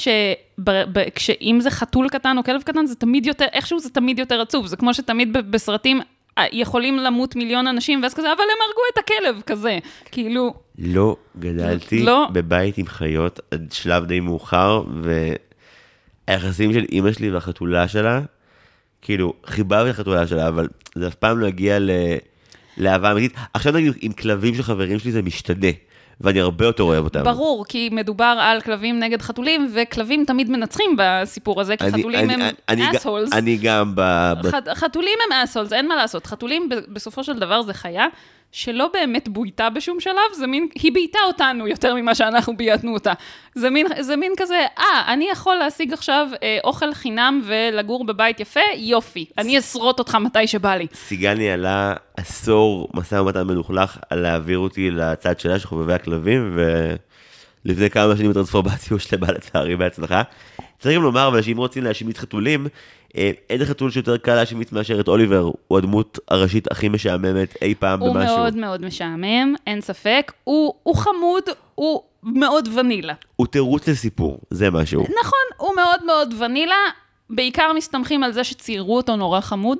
שאם זה חתול קטן או כלב קטן, זה תמיד יותר, איכשהו זה תמיד יותר עצוב, זה כמו שתמיד בסרטים יכולים למות מיליון אנשים, ואז כזה, אבל הם הרגו את הכלב, כזה, כאילו... לא גדלתי לא. בבית עם חיות עד שלב די מאוחר, ו... היחסים של אמא שלי והחתולה שלה, כאילו, חיבבתי החתולה שלה, אבל זה אף פעם לא הגיע לאהבה אמיתית. עכשיו נגיד, עם כלבים של חברים שלי זה משתנה, ואני הרבה יותר אוהב אותם. ברור, כי מדובר על כלבים נגד חתולים, וכלבים תמיד מנצחים בסיפור הזה, כי חתולים הם אסהולס. אני גם ב... חתולים הם אסהולס, אין מה לעשות. חתולים בסופו של דבר זה חיה, שלא באמת בויתה בשום שלב, זה מין, היא בייתה אותנו יותר ממה שאנחנו בייתנו אותה. זה מין, זה מין כזה, אה, אני יכול להשיג עכשיו אה, אוכל חינם ולגור בבית יפה, יופי. אני אשרוט אותך מתי שבא לי. סיגני עלה עשור מסע ומתן מנוחלך על להעביר אותי לצד שלה של חובבי הכלבים, ולפני כמה שנים הטרנספורמציה הושלמה לצערי בהצלחה. צריך גם לומר, אבל שאם רוצים להשמיד חתולים, אין חתול שיותר קל להשמיץ מאשר את אוליבר, הוא הדמות הראשית הכי משעממת אי פעם הוא במשהו. הוא מאוד מאוד משעמם, אין ספק. הוא, הוא חמוד, הוא מאוד ונילה. הוא תירוץ לסיפור, זה משהו. נכון, הוא מאוד מאוד ונילה, בעיקר מסתמכים על זה שציירו אותו נורא חמוד,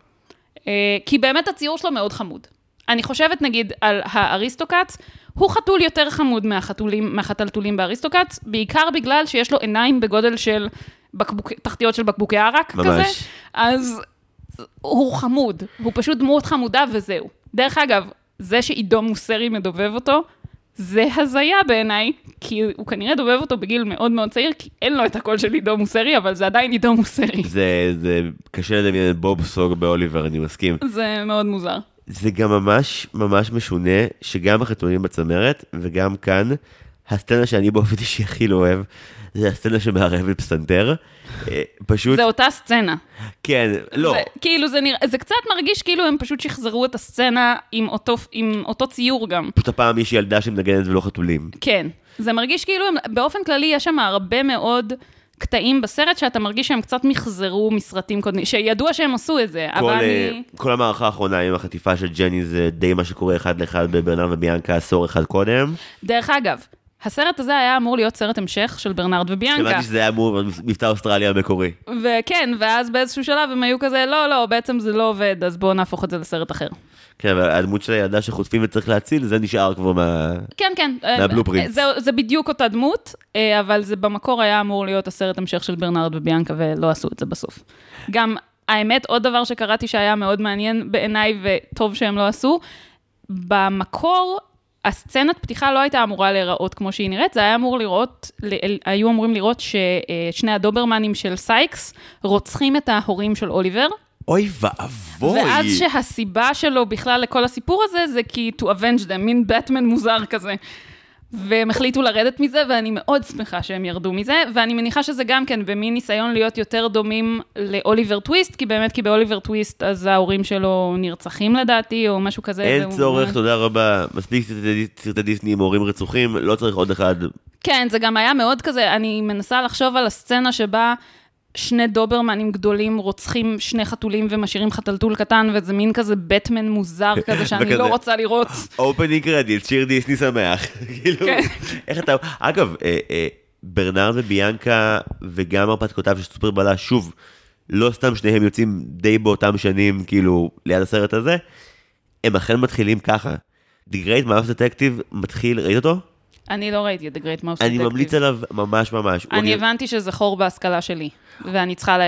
כי באמת הציור שלו מאוד חמוד. אני חושבת נגיד על האריסטוקאץ, הוא חתול יותר חמוד מהחתולים, מהחתלתולים באריסטוקאץ, בעיקר בגלל שיש לו עיניים בגודל של בקבוק, תחתיות של בקבוקי ערק כזה, אז הוא חמוד, הוא פשוט דמות חמודה וזהו. דרך אגב, זה שעידו מוסרי מדובב אותו, זה הזיה בעיניי, כי הוא כנראה דובב אותו בגיל מאוד מאוד צעיר, כי אין לו את הקול של עידו מוסרי, אבל זה עדיין עידו מוסרי. זה, זה קשה לדמיין את בוב סוג באוליבר, אני מסכים. זה מאוד מוזר. זה גם ממש ממש משונה, שגם החתולים בצמרת, וגם כאן, הסצנה שאני באופן אישי הכי לא אוהב, זה הסצנה שמערבת פסנתר. פשוט... זה אותה סצנה. כן, לא. זה, כאילו זה, נרא... זה קצת מרגיש כאילו הם פשוט שחזרו את הסצנה עם אותו, עם אותו ציור גם. פשוט הפעם יש ילדה שמנגנת ולא חתולים. כן. זה מרגיש כאילו, הם, באופן כללי יש שם הרבה מאוד קטעים בסרט, שאתה מרגיש שהם קצת מחזרו מסרטים קודמים, שידוע שהם עשו את זה, כל, אבל אני... כל המערכה האחרונה עם החטיפה של ג'ני, זה די מה שקורה אחד לאחד בברנרד וביאנקה, עשור אחד קודם. דרך אגב, הסרט הזה היה אמור להיות סרט המשך של ברנרד וביאנקה. שמעתי שזה היה אמור מבצע אוסטרליה המקורי. וכן, ואז באיזשהו שלב הם היו כזה, לא, לא, בעצם זה לא עובד, אז בואו נהפוך את זה לסרט אחר. כן, אבל הדמות של הילדה שחוטפים וצריך להציל, זה נשאר כבר מה... כן, כן. מהבלופרינט. זה, זה בדיוק אותה דמות, אבל זה במקור היה אמור להיות הסרט המשך של ברנרד וביאנקה, ולא עשו את זה בסוף. גם, האמת, עוד דבר שקראתי שהיה מאוד מעניין בעיניי, וטוב שהם לא עשו, במקור, הסצנת פתיחה לא הייתה אמורה להיראות כמו שהיא נראית, זה היה אמור לראות, היו אמורים לראות ששני הדוברמנים של סייקס רוצחים את ההורים של אוליבר. אוי ואבוי. ואז שהסיבה שלו בכלל לכל הסיפור הזה, זה כי to avenge them, מין בטמן מוזר כזה. והם החליטו לרדת מזה, ואני מאוד שמחה שהם ירדו מזה, ואני מניחה שזה גם כן במין ניסיון להיות יותר דומים לאוליבר טוויסט, כי באמת, כי באוליבר טוויסט, אז ההורים שלו נרצחים לדעתי, או משהו כזה. אין צורך, תודה רבה. מספיק סרטי דיסני עם הורים רצוחים, לא צריך עוד אחד. כן, זה גם היה מאוד כזה, אני מנסה לחשוב על הסצנה שבה שני דוברמנים גדולים רוצחים שני חתולים ומשאירים חתלתול קטן, וזה מין כזה בטמן מוזר כזה שאני לא רוצה לראות. אופנינג קרדיט, שיר דיסני שמח. איך אתה... אגב, ברנרד וביאנקה וגם הרפתקאותיו של סופר בלה, שוב, לא סתם שניהם יוצאים די באותם שנים, כאילו, ליד הסרט הזה, הם אכן מתחילים ככה. The Great Mouse Detective מתחיל, ראית אותו? אני לא ראיתי את The Great Mouse Detective. אני ממליץ עליו ממש ממש. אני הבנתי שזה חור בהשכלה שלי, ואני צריכה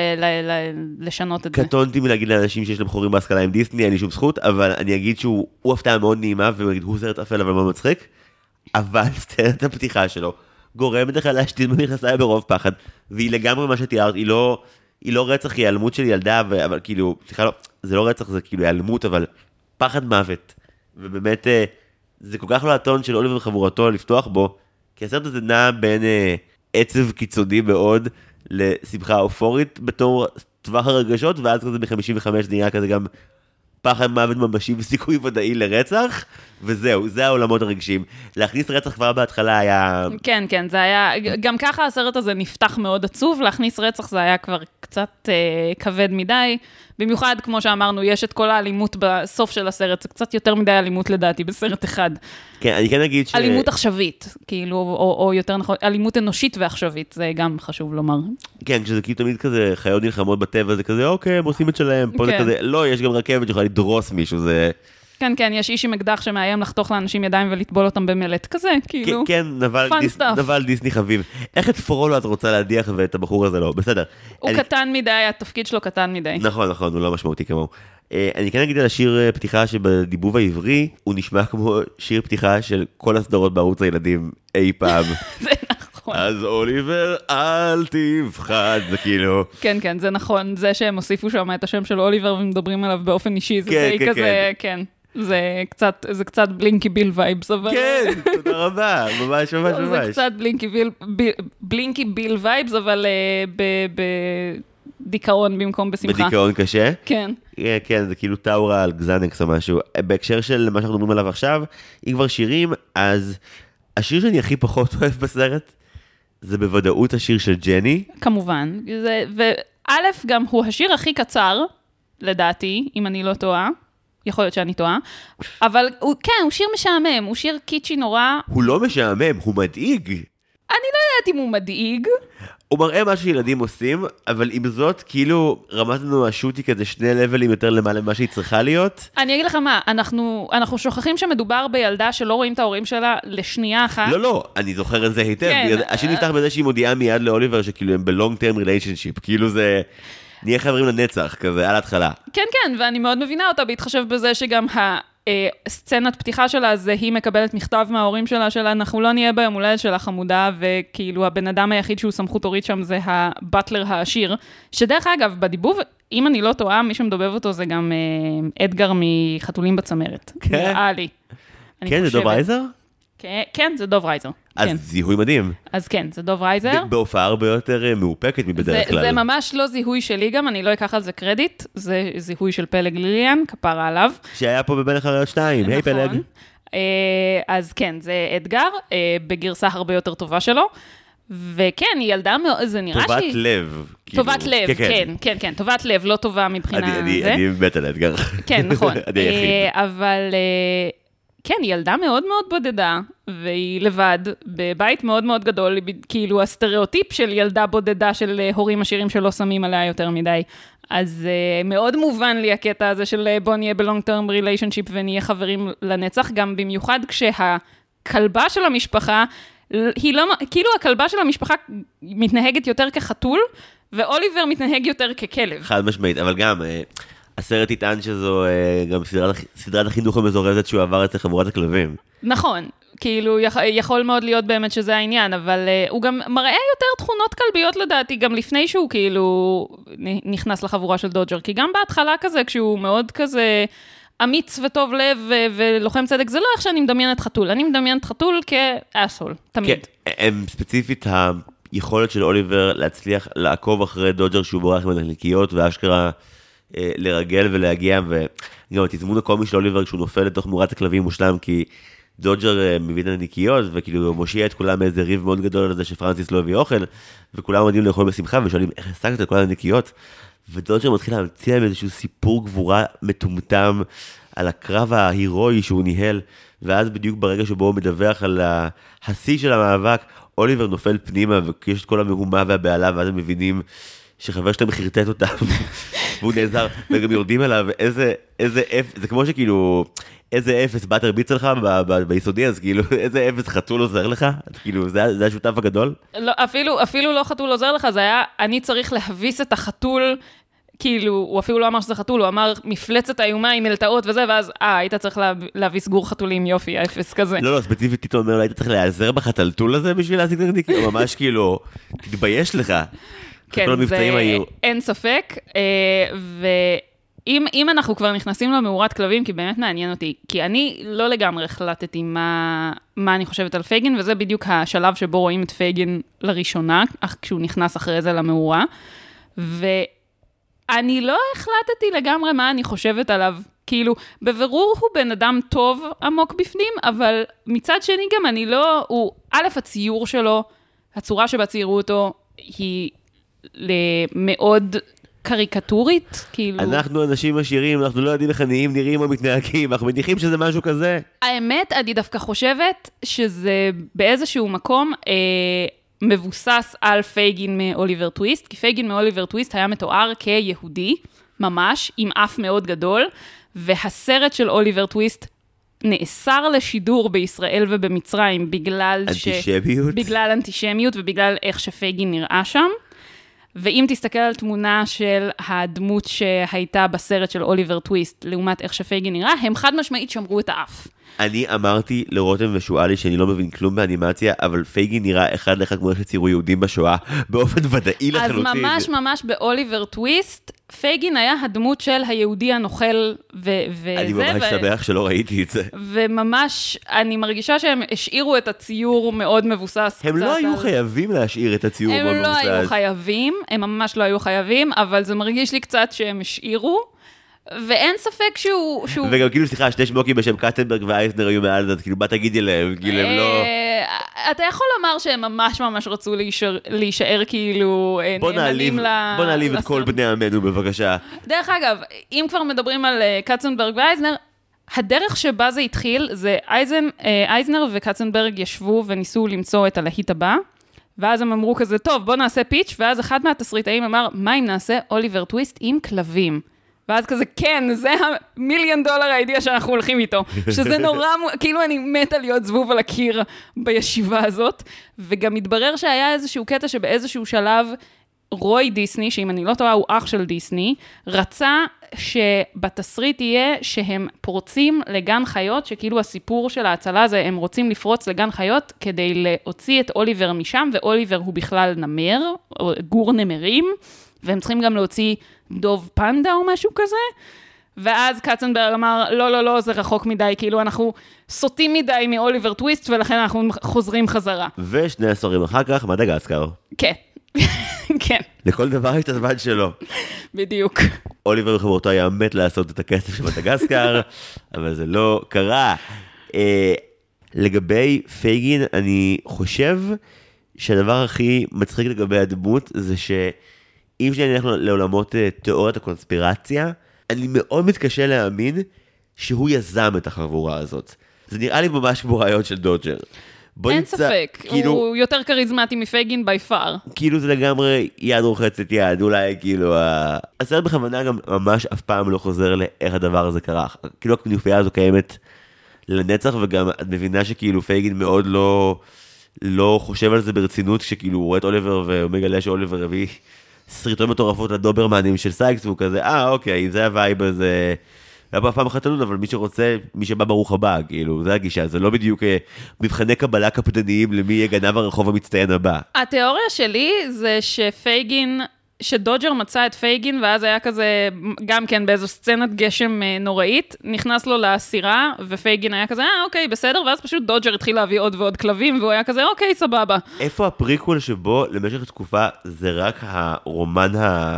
לשנות את זה. קטונתי מלהגיד לאנשים שיש להם חורים בהשכלה עם דיסני, אין לי שום זכות, אבל אני אגיד שהוא הפתעה מאוד נעימה, והוא סרט אפל אבל מאוד מצחיק, אבל סצנת הפתיחה שלו גורמת לך להשתין במכנסיים ברוב פחד, והיא לגמרי מה שתיארת, היא לא, היא לא רצח, היא העלמות של ילדה, אבל כאילו, סליחה לא, זה לא רצח, זה כאילו העלמות, אבל פחד מוות, ובאמת... זה כל כך לא הטון של אוליבר וחבורתו לפתוח בו, כי הסרט הזה נע בין אה, עצב קיצוני מאוד לשמחה אופורית בתור טווח הרגשות, ואז כזה ב-חמישים וחמש זה נראה כזה גם פחד מוות ממשי וסיכוי ודאי לרצח, וזהו, זה העולמות הרגשיים. להכניס רצח כבר בהתחלה היה... כן, כן, זה היה, גם ככה הסרט הזה נפתח מאוד עצוב, להכניס רצח זה היה כבר קצת אה, כבד מדי, במיוחד, כמו שאמרנו, יש את כל האלימות בסוף של הסרט, זה קצת יותר מדי אלימות לדעתי בסרט אחד. כן, אני כן אגיד ש... אלימות עכשווית, כאילו, או, או יותר נכון, אלימות אנושית ועכשווית, זה גם חשוב לומר. כן, כשזה כאילו תמיד כזה חיות נלחמות בטבע, זה כזה, אוקיי, הם עושים את שלהם, פה כן. זה כזה, לא, יש גם רכבת שיכולה לדרוס מישהו, זה... כן, כן, יש איש עם אקדח שמאיים לחתוך לאנשים ידיים ולטבול אותם במלט, כזה, כאילו. כן, נבל, דיס, נבל דיסני חביב. איך את פרולו את רוצה להדיח ואת הבחור הזה לא? בסדר. הוא אני... קטן מדי, התפקיד שלו קטן מדי. נכון, נכון, הוא לא משמעותי כמוהו. אני כן אגיד על השיר פתיחה שבדיבוב העברי, הוא נשמע כמו שיר פתיחה של כל הסדרות בערוץ הילדים אי פעם. זה נכון. אז אוליבר, אל תפחד, זה כאילו... כן, כן, זה נכון. זה שהם הוסיפו שם את השם של אוליבר ומדברים עליו באופן אישי, זה די כזה, כן. זה קצת, זה קצת בלינקי ביל וייבס, אבל... כן, תודה רבה, ממש ממש ממש. זה קצת בלינקי ביל, בלינקי ביל וייבס, אבל בדיכאון במקום בשמחה. בדיכאון קשה? כן. כן, זה כאילו טאורה על גזנקס או משהו. בהקשר של מה שאנחנו מדברים עליו עכשיו, אם כבר שירים, אז השיר שאני הכי פחות אוהב בסרט, זה בוודאות השיר של ג'ני. כמובן, זה... א', גם הוא השיר הכי קצר, לדעתי, אם אני לא טועה, יכול להיות שאני טועה, אבל הוא, כן, הוא שיר משעמם, הוא שיר קיצ'י נורא. הוא לא משעמם, הוא מדאיג. אני לא יודעת אם הוא מדאיג. הוא מראה מה שילדים עושים, אבל עם זאת, כאילו, רמת לנו השוטי כזה שני לבלים יותר למעלה ממה שהיא צריכה להיות. אני אגיד לך מה, אנחנו, אנחנו שוכחים שמדובר בילדה שלא רואים את ההורים שלה לשנייה אחת. לא, לא, אני זוכר את זה היטב. כן. השיר נפתח בזה שהיא מודיעה מיד לאוליבר, שכאילו הם ב-long term relationship, כאילו זה... נהיה חברים לנצח, כזה, על ההתחלה. כן, כן, ואני מאוד מבינה אותה, בהתחשב בזה שגם הסצנת פתיחה שלה, זה היא מקבלת מכתב מההורים שלה, שלה, אנחנו לא נהיה ביום הולדת שלה חמודה, וכאילו הבן אדם היחיד שהוא סמכות הורית שם, זה הבטלר העשיר, שדרך אגב, בדיבוב, אם אני לא טועה, מי שמדובב אותו זה גם אדגר מחתולים בצמרת. כן? נראה לי. כן, זה דוב רייזר? כן, זה דוב רייזר. אז זיהוי מדהים. אז כן, זה דוב רייזר. בהופעה הרבה יותר מאופקת מבדרך כלל. זה ממש לא זיהוי שלי גם, אני לא אקח על זה קרדיט, זה זיהוי של פלג ליליאן, כפרה עליו. שהיה פה בבין החריות שתיים, היי פלג. אז כן, זה אדגר, בגרסה הרבה יותר טובה שלו, וכן, היא ילדה מאוד, זה נראה שהיא... טובת לב. טובת לב, כן, כן, כן, טובת לב, לא טובה מבחינה זה. אני מת על אדגר. כן, נכון. אני היחיד. אבל... כן, היא ילדה מאוד מאוד בודדה, והיא לבד, בבית מאוד מאוד גדול, כאילו הסטריאוטיפ של ילדה בודדה של הורים עשירים שלא שמים עליה יותר מדי. אז uh, מאוד מובן לי הקטע הזה של בוא נהיה ב-long term relationship ונהיה חברים לנצח, גם במיוחד כשהכלבה של המשפחה, היא לא, כאילו הכלבה של המשפחה מתנהגת יותר כחתול, ואוליבר מתנהג יותר ככלב. חד משמעית, אבל גם... הסרט יטען שזו גם סדרת, סדרת החינוך המזורזת שהוא עבר אצל חבורת הכלבים. נכון, כאילו יכול מאוד להיות באמת שזה העניין, אבל הוא גם מראה יותר תכונות כלביות לדעתי, גם לפני שהוא כאילו נכנס לחבורה של דודג'ר, כי גם בהתחלה כזה, כשהוא מאוד כזה אמיץ וטוב לב ולוחם צדק, זה לא איך שאני מדמיינת חתול, אני מדמיינת חתול כאסול, תמיד. כן, הם ספציפית היכולת של אוליבר להצליח לעקוב אחרי דודג'ר שהוא בורח מהנקניקיות ואשכרה... לרגל ולהגיע, וגם התזמון הקומי של אוליבר כשהוא נופל לתוך נורת הכלבים מושלם, כי דודג'ר מביא את הנקיות, וכאילו מושיע את כולם מאיזה ריב מאוד גדול על זה שפרנסיס לא הביא אוכל, וכולם עומדים לאכול בשמחה, ושואלים איך השגת את כל הנקיות, ודודג'ר מתחיל להמציא להם איזשהו סיפור גבורה מטומטם, על הקרב ההירואי שהוא ניהל, ואז בדיוק ברגע שבו הוא מדווח על השיא של המאבק, אוליבר נופל פנימה, ויש את כל המהומה והבעלה, ואז הם מבינים שחבר שאתם חרטט אותם, והוא נעזר, וגם יורדים עליו, איזה, איזה אפס, זה כמו שכאילו, איזה אפס בת הרביץ לך ביסודי, אז כאילו, איזה אפס חתול עוזר לך, כאילו, זה, זה השותף הגדול? לא, אפילו, אפילו לא חתול עוזר לך, זה היה, אני צריך להביס את החתול, כאילו, הוא אפילו לא אמר שזה חתול, הוא אמר, מפלצת האיומה עם מלטאות וזה, ואז, אה, היית צריך לה, להביס גור חתולים, יופי, האפס כזה. לא, לא, ספציפית, אתה אומר, היית צריך להיעזר בחתלתול הזה בשביל להשיג את הנקיות, ממש כאילו, תתבייש לך. כן, זה אין ספק, ואם אם אנחנו כבר נכנסים למאורת כלבים, כי באמת מעניין אותי, כי אני לא לגמרי החלטתי מה, מה אני חושבת על פייגן, וזה בדיוק השלב שבו רואים את פייגן לראשונה, כשהוא נכנס אחרי זה למאורה, ואני לא החלטתי לגמרי מה אני חושבת עליו, כאילו, בבירור הוא בן אדם טוב עמוק בפנים, אבל מצד שני גם אני לא, הוא, א', הציור שלו, הצורה שבה ציירו אותו, היא למאוד קריקטורית, כאילו... אנחנו אנשים עשירים, אנחנו לא יודעים איך עניים נראים או מתנהגים, אנחנו מניחים שזה משהו כזה. האמת, אני דווקא חושבת שזה באיזשהו מקום אה, מבוסס על פייגין מאוליבר טוויסט, כי פייגין מאוליבר טוויסט היה מתואר כיהודי, ממש, עם אף מאוד גדול, והסרט של אוליבר טוויסט נאסר לשידור בישראל ובמצרים בגלל אנטישמיות? ש... בגלל אנטישמיות ובגלל איך שפייגין נראה שם. ואם תסתכל על תמונה של הדמות שהייתה בסרט של אוליבר טוויסט, לעומת איך שפייגין נראה, הם חד משמעית שמרו את האף. אני אמרתי לרותם ושואלי שאני לא מבין כלום באנימציה, אבל פייגין נראה אחד לאחד כמו שציירו יהודים בשואה, באופן ודאי לחלוטין. אז ממש ממש באוליבר טוויסט, פייגין היה הדמות של היהודי הנוכל וזה. אני ממש שמח שלא ראיתי את זה. וממש, אני מרגישה שהם השאירו את הציור מאוד מבוסס. הם לא היו חייבים להשאיר את הציור מאוד מבוסס. הם לא היו חייבים, הם ממש לא היו חייבים, אבל זה מרגיש לי קצת שהם השאירו. ואין ספק שהוא... שהוא... וגם כאילו, סליחה, שני שמוקים בשם קטנברג ואייזנר היו מעל, אז כאילו, מה תגידי להם? כאילו, הם לא... אתה יכול לומר שהם ממש ממש רצו להישאר, להישאר כאילו נאמנים ל... בוא נעליב את כל בני עמנו, בבקשה. דרך אגב, אם כבר מדברים על קטנברג ואייזנר, הדרך שבה זה התחיל, זה אייזן, אייזנר וקטנברג ישבו וניסו למצוא את הלהיט הבא, ואז הם אמרו כזה, טוב, בוא נעשה פיץ', ואז אחד מהתסריטאים אמר, מה אם נעשה אוליבר טוויסט עם כלבים? ואז כזה, כן, זה המיליון דולר האידיה שאנחנו הולכים איתו. שזה נורא, כאילו אני מתה להיות זבוב על הקיר בישיבה הזאת. וגם מתברר שהיה איזשהו קטע שבאיזשהו שלב, רוי דיסני, שאם אני לא טועה הוא אח של דיסני, רצה שבתסריט יהיה שהם פורצים לגן חיות, שכאילו הסיפור של ההצלה הזה, הם רוצים לפרוץ לגן חיות כדי להוציא את אוליבר משם, ואוליבר הוא בכלל נמר, או גור נמרים, והם צריכים גם להוציא דוב פנדה או משהו כזה, ואז קצנברג אמר, לא, לא, לא, זה רחוק מדי, כאילו אנחנו סוטים מדי מאוליבר טוויסט, ולכן אנחנו חוזרים חזרה. ושני עשורים אחר כך, מדגסקר. כן, כן. לכל דבר יש את הזמן שלו. בדיוק. אוליבר וחברותו היה מת לעשות את הכסף של מדגסקר, אבל זה לא קרה. אה, לגבי פייגין, אני חושב שהדבר הכי מצחיק לגבי הדמות, זה ש... אם שאני הולך לעולמות תיאוריית הקונספירציה, אני מאוד מתקשה להאמין שהוא יזם את החבורה הזאת. זה נראה לי ממש כמו רעיון של דודג'ר. אין ספק, כאילו, הוא יותר קריזמטי מפייגין בי פאר. כאילו זה לגמרי יד רוחצת יד, אולי כאילו... הסרט בכוונה גם ממש אף פעם לא חוזר לאיך הדבר הזה קרה. כאילו הכנופיה הזו קיימת לנצח, וגם את מבינה שכאילו פייגין מאוד לא, לא חושב על זה ברצינות, כשכאילו הוא רואה את אוליבר והוא מגלה שאוליבר הביא... סרטון מטורפות לדוברמנים של סייקס, והוא כזה, אה, אוקיי, זה הווייב הזה, לא פעם אחת תלון, אבל מי שרוצה, מי שבא ברוך הבא, כאילו, זה הגישה, זה לא בדיוק מבחני קבלה קפדניים למי יהיה גנב הרחוב המצטיין הבא. התיאוריה שלי זה שפייגין, שדודג'ר מצא את פייגין, ואז היה כזה, גם כן באיזו סצנת גשם נוראית, נכנס לו לסירה, ופייגין היה כזה, אה, אוקיי, בסדר, ואז פשוט דודג'ר התחיל להביא עוד ועוד כלבים, והוא היה כזה, אוקיי, סבבה. איפה הפריקול שבו, למשך תקופה, זה רק הרומן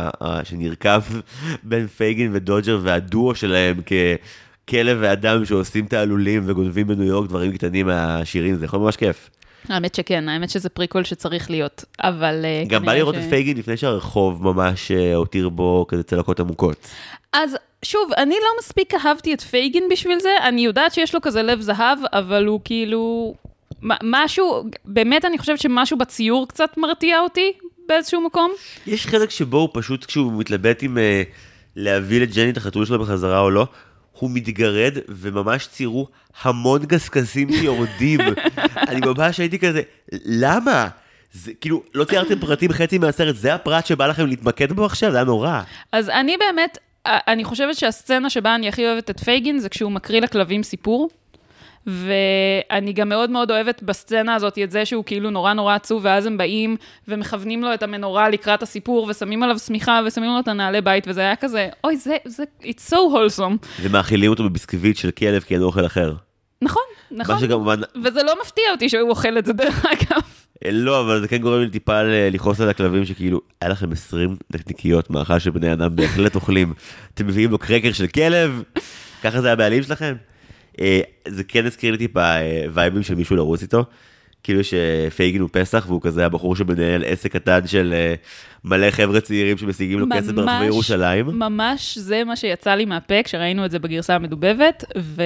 שנרכב בין פייגין ודודג'ר, והדואו שלהם ככלב ואדם שעושים תעלולים וגונבים בניו יורק דברים קטנים מהשירים, זה יכול ממש כיף. האמת שכן, האמת שזה פריקול שצריך להיות, אבל... גם בא לראות את פייגין לפני שהרחוב ממש הותיר בו כזה צלקות עמוקות. אז שוב, אני לא מספיק אהבתי את פייגין בשביל זה, אני יודעת שיש לו כזה לב זהב, אבל הוא כאילו... משהו, באמת אני חושבת שמשהו בציור קצת מרתיע אותי באיזשהו מקום. יש חלק שבו הוא פשוט, כשהוא מתלבט עם להביא לג'ני את החתול שלו בחזרה או לא, הוא מתגרד, וממש ציירו המון גסקסים שיורדים. אני ממש הייתי כזה, למה? זה, כאילו, לא ציירתם פרטים חצי מהסרט, זה הפרט שבא לכם להתמקד בו עכשיו, זה היה נורא. אז אני באמת, אני חושבת שהסצנה שבה אני הכי אוהבת את פייגין, זה כשהוא מקריא לכלבים סיפור, ואני גם מאוד מאוד אוהבת בסצנה הזאת את זה שהוא כאילו נורא נורא עצוב, ואז הם באים ומכוונים לו את המנורה לקראת הסיפור, ושמים עליו סמיכה, ושמים לו את הנעלי בית, וזה היה כזה, אוי, זה, זה, it's so wholesome. ומאכילים אותו בביסקוויט של כלב, כי אין אוכל אחר. נכון, נכון. שכמובן... וזה לא מפתיע אותי שהוא אוכל את זה דרך אגב. לא, אבל זה כן גורם לי טיפה לכעוס על הכלבים, שכאילו, היה לכם עשרים נקניקיות, מאכל שבני אדם בהחלט אוכלים. אתם מביאים לו קרקר של כלב, ככה זה הבעלים שלכם. זה כן הזכיר לי טיפה וייבים של מישהו לרוץ איתו, כאילו שפייגין הוא פסח, והוא כזה הבחור שמנהל עסק קטן של מלא חבר'ה צעירים שמשיגים לו כסף ברחבי ירושלים. ממש זה מה שיצא לי מהפה, כשראינו את זה בגרסה המדובבת,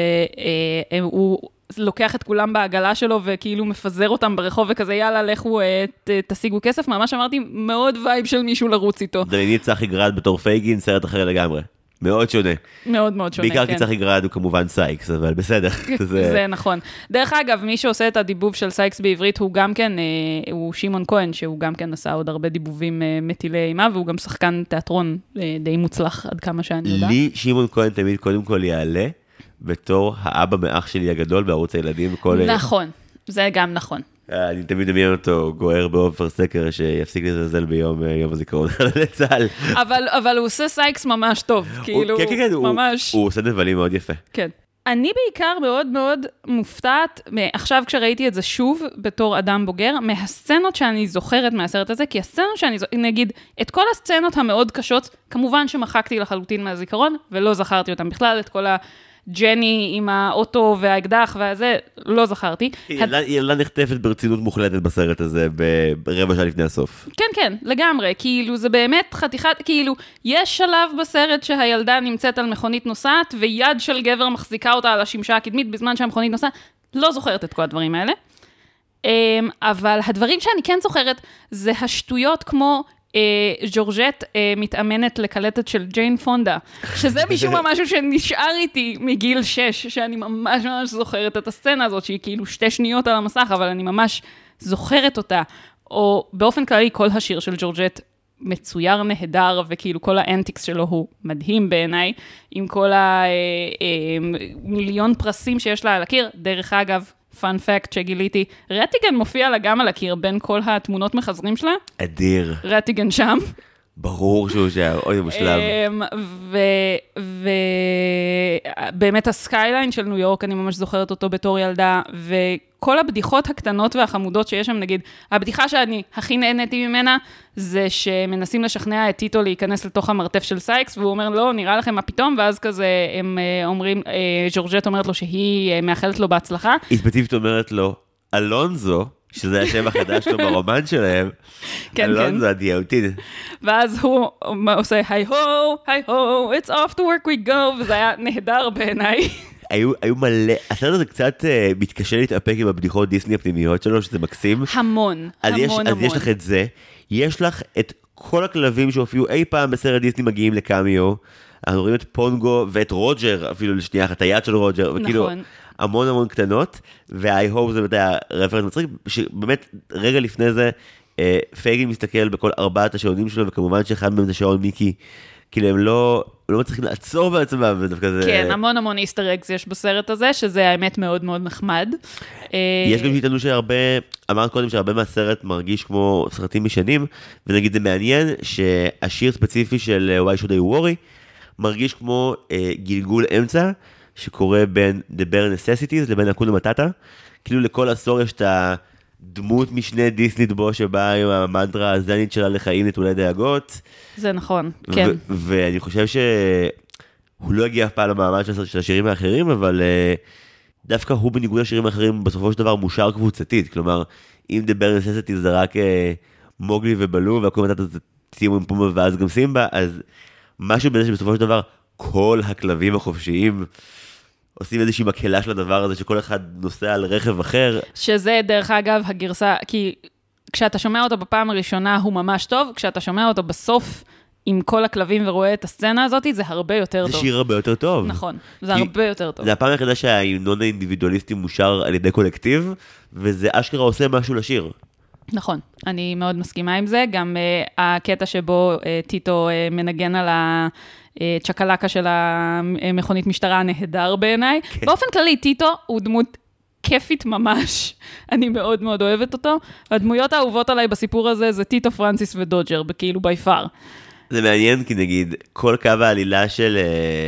והוא לוקח את כולם בעגלה שלו, וכאילו מפזר אותם ברחוב, וכזה יאללה, לכו תשיגו כסף, ממש אמרתי, מאוד וייב של מישהו לרוץ איתו. דלינית צחי גרד בתור פייגין, סרט אחר לגמרי. מאוד שונה. מאוד מאוד שונה, בעיקר כי צחי גרד הוא כמובן סייקס, אבל בסדר. זה נכון. דרך אגב, מי שעושה את הדיבוב של סייקס בעברית, הוא גם כן, הוא שמעון כהן, שהוא גם כן עשה עוד הרבה דיבובים מטילי אימה, והוא גם שחקן תיאטרון די מוצלח, עד כמה שאני יודעת. לי שמעון כהן תמיד קודם כל יעלה, בתור האבא מאח שלי הגדול בערוץ הילדים. נכון, זה גם נכון. אני תמיד דמיין אותו גוער באופר סקר שיפסיק לזלזל ביום יום הזיכרון לצה"ל. אבל אבל הוא עושה סייקס ממש טוב, כאילו ממש. הוא עושה נבלים מאוד יפה. כן. אני בעיקר מאוד מאוד מופתעת, עכשיו כשראיתי את זה שוב, בתור אדם בוגר, מהסצנות שאני זוכרת מהסרט הזה, כי הסצנות שאני זוכרת, נגיד, את כל הסצנות המאוד קשות, כמובן שמחקתי לחלוטין מהזיכרון, ולא זכרתי אותם בכלל, את כל הג'ני עם האוטו והאקדח והזה, לא זכרתי. ילדה נחטפת ברצינות מוחלטת בסרט הזה, ברבע שעה לפני הסוף. כן, כן, לגמרי, כאילו זה באמת חתיכת, כאילו, יש שלב בסרט שהילדה נמצאת על מכונית נוסעת, ויד של גבר מחזיקה אותה על השמשה הקדמית, בזמן שהמכונית נוסעת, לא זוכרת את כל הדברים האלה. אבל הדברים שאני כן זוכרת, זה השטויות כמו, ז'ורג'ט מתאמנת לקלטת של ג'יין פונדה, שזה משום מה משהו שנשאר איתי מגיל שש, שאני ממש ממש זוכרת את הסצנה הזאת, שהיא כאילו שתי שניות על המסך, אבל אני ממש זוכרת אותה, או באופן כללי כל השיר של ז'ורג'ט מצויר נהדר, וכאילו כל האנטיקס שלו הוא מדהים בעיניי, עם כל המיליון פרסים שיש לה על הקיר, דרך אגב, פאנ פקט שגיליתי, רטיגן מופיע לה גם על הקיר, בין כל התמונות מחזרים שלה. אדיר. רטיגן שם. ברור שהוא שם, אוי, מושלם. ובאמת הסקייליין של ניו יורק, אני ממש זוכרת אותו בתור ילדה, וכל הבדיחות הקטנות והחמודות שיש שם, נגיד, הבדיחה שאני הכי נהניתי ממנה, זה שמנסים לשכנע את טיטו להיכנס לתוך המרתף של סייקס, והוא אומר, לא, נראה לכם מה פתאום, ואז כזה הם אומרים, ז'ורג'ט אומרת לו שהיא מאחלת לו בהצלחה. היא ספציפית אומרת לו, אלונזו, שזה השם החדש שלו ברומן שלהם, אלונזו הדיאוטין. ואז הוא עושה, היי הו, היי הו, it's off to work we go, וזה היה נהדר בעיניי. היו, היו מלא, הסרט הזה קצת uh, מתקשה להתאפק עם הבדיחות דיסני הפנימיות שלו, שזה מקסים. המון, אז המון, יש, המון. אז יש לך את זה, יש לך את כל הכלבים שהופיעו אי פעם בסרט דיסני מגיעים לקאמיו, אנחנו רואים את פונגו ואת רוג'ר, אפילו לשנייה אחת, היד של רוג'ר, וכאילו נכון. המון המון קטנות, ו-I hope זה באמת היה רפרנס מצחיק, שבאמת רגע לפני זה, אה, פייגין מסתכל בכל ארבעת השעונים שלו, וכמובן שאחד מהם זה שעון מיקי, כאילו הם לא, לא מצליחים לעצור בעצמם, ודווקא זה... כן, המון המון איסטר אגס יש בסרט הזה, שזה האמת מאוד מאוד נחמד. יש גם שאיתנו שהרבה, אמרת קודם שהרבה מהסרט מרגיש כמו סרטים משנים, ונגיד זה מעניין שהשיר ספציפי של Why Should I Worry, מרגיש כמו אה, גלגול אמצע, שקורה בין The Bare Necessities לבין אקונה מטאטה, כאילו לכל עשור יש את הדמות משנה דיסנית בו, שבאה עם המנטרה הזנית שלה לחיים נטולי דאגות. זה נכון, כן. ואני חושב שהוא לא הגיע אף פעם למעמד של השירים האחרים, אבל uh, דווקא הוא בניגוד לשירים האחרים בסופו של דבר מושר קבוצתית, כלומר, אם The Bare Necessities זה רק uh, מוגלי ובלו, ואקונה מטאטה זה טימו עם פומה ואז גם סימבה, אז משהו בזה שבסופו של דבר כל הכלבים החופשיים עושים איזושהי מקהלה של הדבר הזה, שכל אחד נוסע על רכב אחר. שזה דרך אגב הגרסה, כי כשאתה שומע אותו בפעם הראשונה הוא ממש טוב, כשאתה שומע אותו בסוף עם כל הכלבים ורואה את הסצנה הזאת, זה הרבה יותר טוב. זה שיר הרבה יותר טוב. נכון, זה הרבה יותר טוב. זה הפעם היחידה שההמנון האינדיבידואליסטי מושר על ידי קולקטיב, וזה אשכרה עושה משהו לשיר. נכון, אני מאוד מסכימה עם זה, גם uh, הקטע שבו uh, טיטו uh, מנגן על הצ'קלקה של המכונית משטרה נהדר בעיניי. כן. באופן כללי, טיטו הוא דמות כיפית ממש, אני מאוד מאוד אוהבת אותו, והדמויות האהובות עליי בסיפור הזה זה טיטו, פרנסיס ודודג'ר, כאילו בי פאר. זה מעניין, כי נגיד, כל קו העלילה של,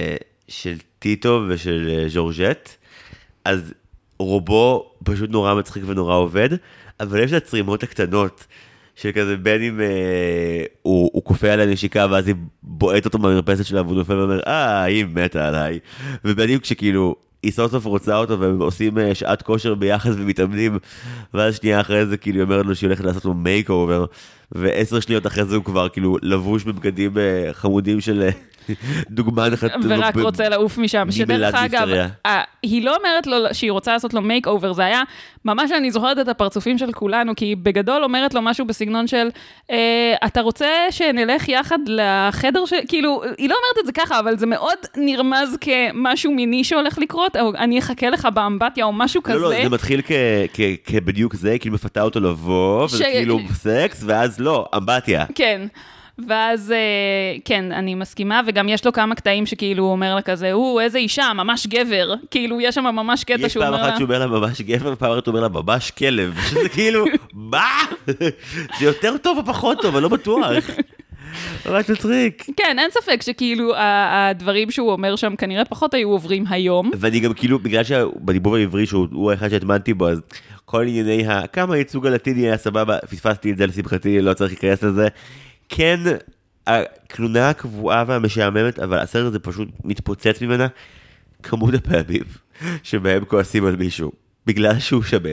של טיטו ושל ז'ורג'ט, אז רובו פשוט נורא מצחיק ונורא עובד, אבל יש את הצרימות הקטנות, של כזה בין אם אה, הוא, הוא קופא על הנשיקה, ואז היא בועט אותו במרפסת שלה, והוא נופל ואומר, אה, היא מתה עליי. ובין אם כשכאילו, היא סוף סוף רוצה אותו, והם עושים אה, שעת כושר ביחד ומתאמנים, ואז שנייה אחרי זה, כאילו, היא אומרת לו שהיא הולכת לעשות לו מייק אובר, ועשר שניות אחרי זה הוא כבר, כאילו, לבוש בבגדים אה, חמודים של... אה, דוגמה נחת... ורק רוצה לעוף משם, שדרך אגב, היא לא אומרת לו שהיא רוצה לעשות לו מייק אובר, זה היה, ממש אני זוכרת את הפרצופים של כולנו, כי היא בגדול אומרת לו משהו בסגנון של, אתה רוצה שנלך יחד לחדר של, כאילו, היא לא אומרת את זה ככה, אבל זה מאוד נרמז כמשהו מיני שהולך לקרות, או אני אחכה לך באמבטיה, או משהו כזה. לא, לא, זה מתחיל כבדיוק זה, כאילו מפתה אותו לבוא, וזה כאילו סקס, ואז לא, אמבטיה. כן. ואז, כן, אני מסכימה, וגם יש לו כמה קטעים שכאילו הוא אומר לה כזה, הוא, איזה אישה, ממש גבר, כאילו יש שם ממש קטע שהוא אומר לה... יש פעם אחת שהוא אומר לה ממש גבר, ופעם אחת הוא אומר לה ממש כלב, שזה כאילו, מה? זה יותר טוב או פחות טוב, אני לא בטוח. ממש מצחיק. כן, אין ספק שכאילו הדברים שהוא אומר שם כנראה פחות היו עוברים היום. ואני גם כאילו, בגלל שבדיבור העברי שהוא האחד שהתמנתי בו, אז כל ענייני ה... כמה הייצוג הלטיני היה סבבה, פספסתי את זה לשמחתי, לא צריך להיכנס לזה. כן, התלונה הקבועה והמשעממת, אבל הסרט הזה פשוט מתפוצץ ממנה, כמות הפעמים שבהם כועסים על מישהו, בגלל שהוא שמן.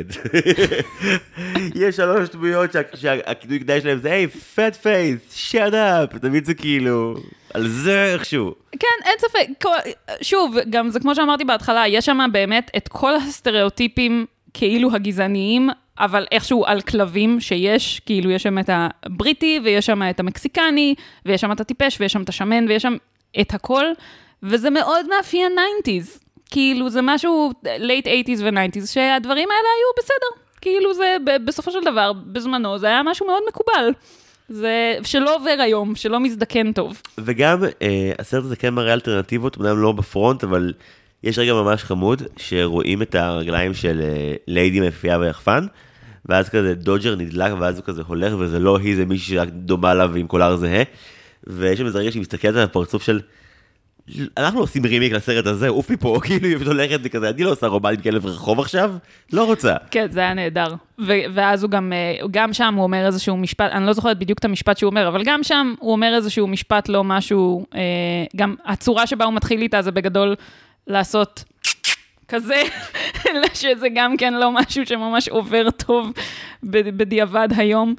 יש שלוש דמויות שהכינוי כדאי שלהם זה, היי, פט פייס, shut up, תמיד זה כאילו, על זה איכשהו. כן, אין ספק, שוב, גם זה כמו שאמרתי בהתחלה, יש שם באמת את כל הסטריאוטיפים כאילו הגזעניים, אבל איכשהו על כלבים שיש, כאילו יש שם את הבריטי, ויש שם את המקסיקני, ויש שם את הטיפש, ויש שם את השמן, ויש שם את הכל, וזה מאוד מאפיין ניינטיז. כאילו זה משהו, late eighties ו-nineties, שהדברים האלה היו בסדר. כאילו זה, בסופו של דבר, בזמנו, זה היה משהו מאוד מקובל. זה שלא עובר היום, שלא מזדקן טוב. וגם, אה, הסרט הזה כן מראה אלטרנטיבות, אמנם לא בפרונט, אבל יש רגע ממש חמוד, שרואים את הרגליים של אה, ליידי מפייה ויחפן, ואז כזה דודג'ר נדלק, ואז הוא כזה הולך, וזה לא היא, זה מישהי שרק דומה לה ועם קולר זהה, ויש שם איזה רגע שהיא מסתכלת על הפרצוף של, אנחנו עושים רימיק לסרט הזה, אוף מפה, כאילו היא הולכת לי כזה, אני לא עושה רומן עם כלב רחוב עכשיו, לא רוצה. כן, זה היה נהדר. ואז הוא גם, גם שם הוא אומר איזשהו משפט, אני לא זוכרת בדיוק את המשפט שהוא אומר, אבל גם שם הוא אומר איזשהו משפט לא משהו, גם הצורה שבה הוא מתחיל איתה זה בגדול לעשות כזה, שזה גם כן לא משהו שממש עובר טוב בדיעבד היום.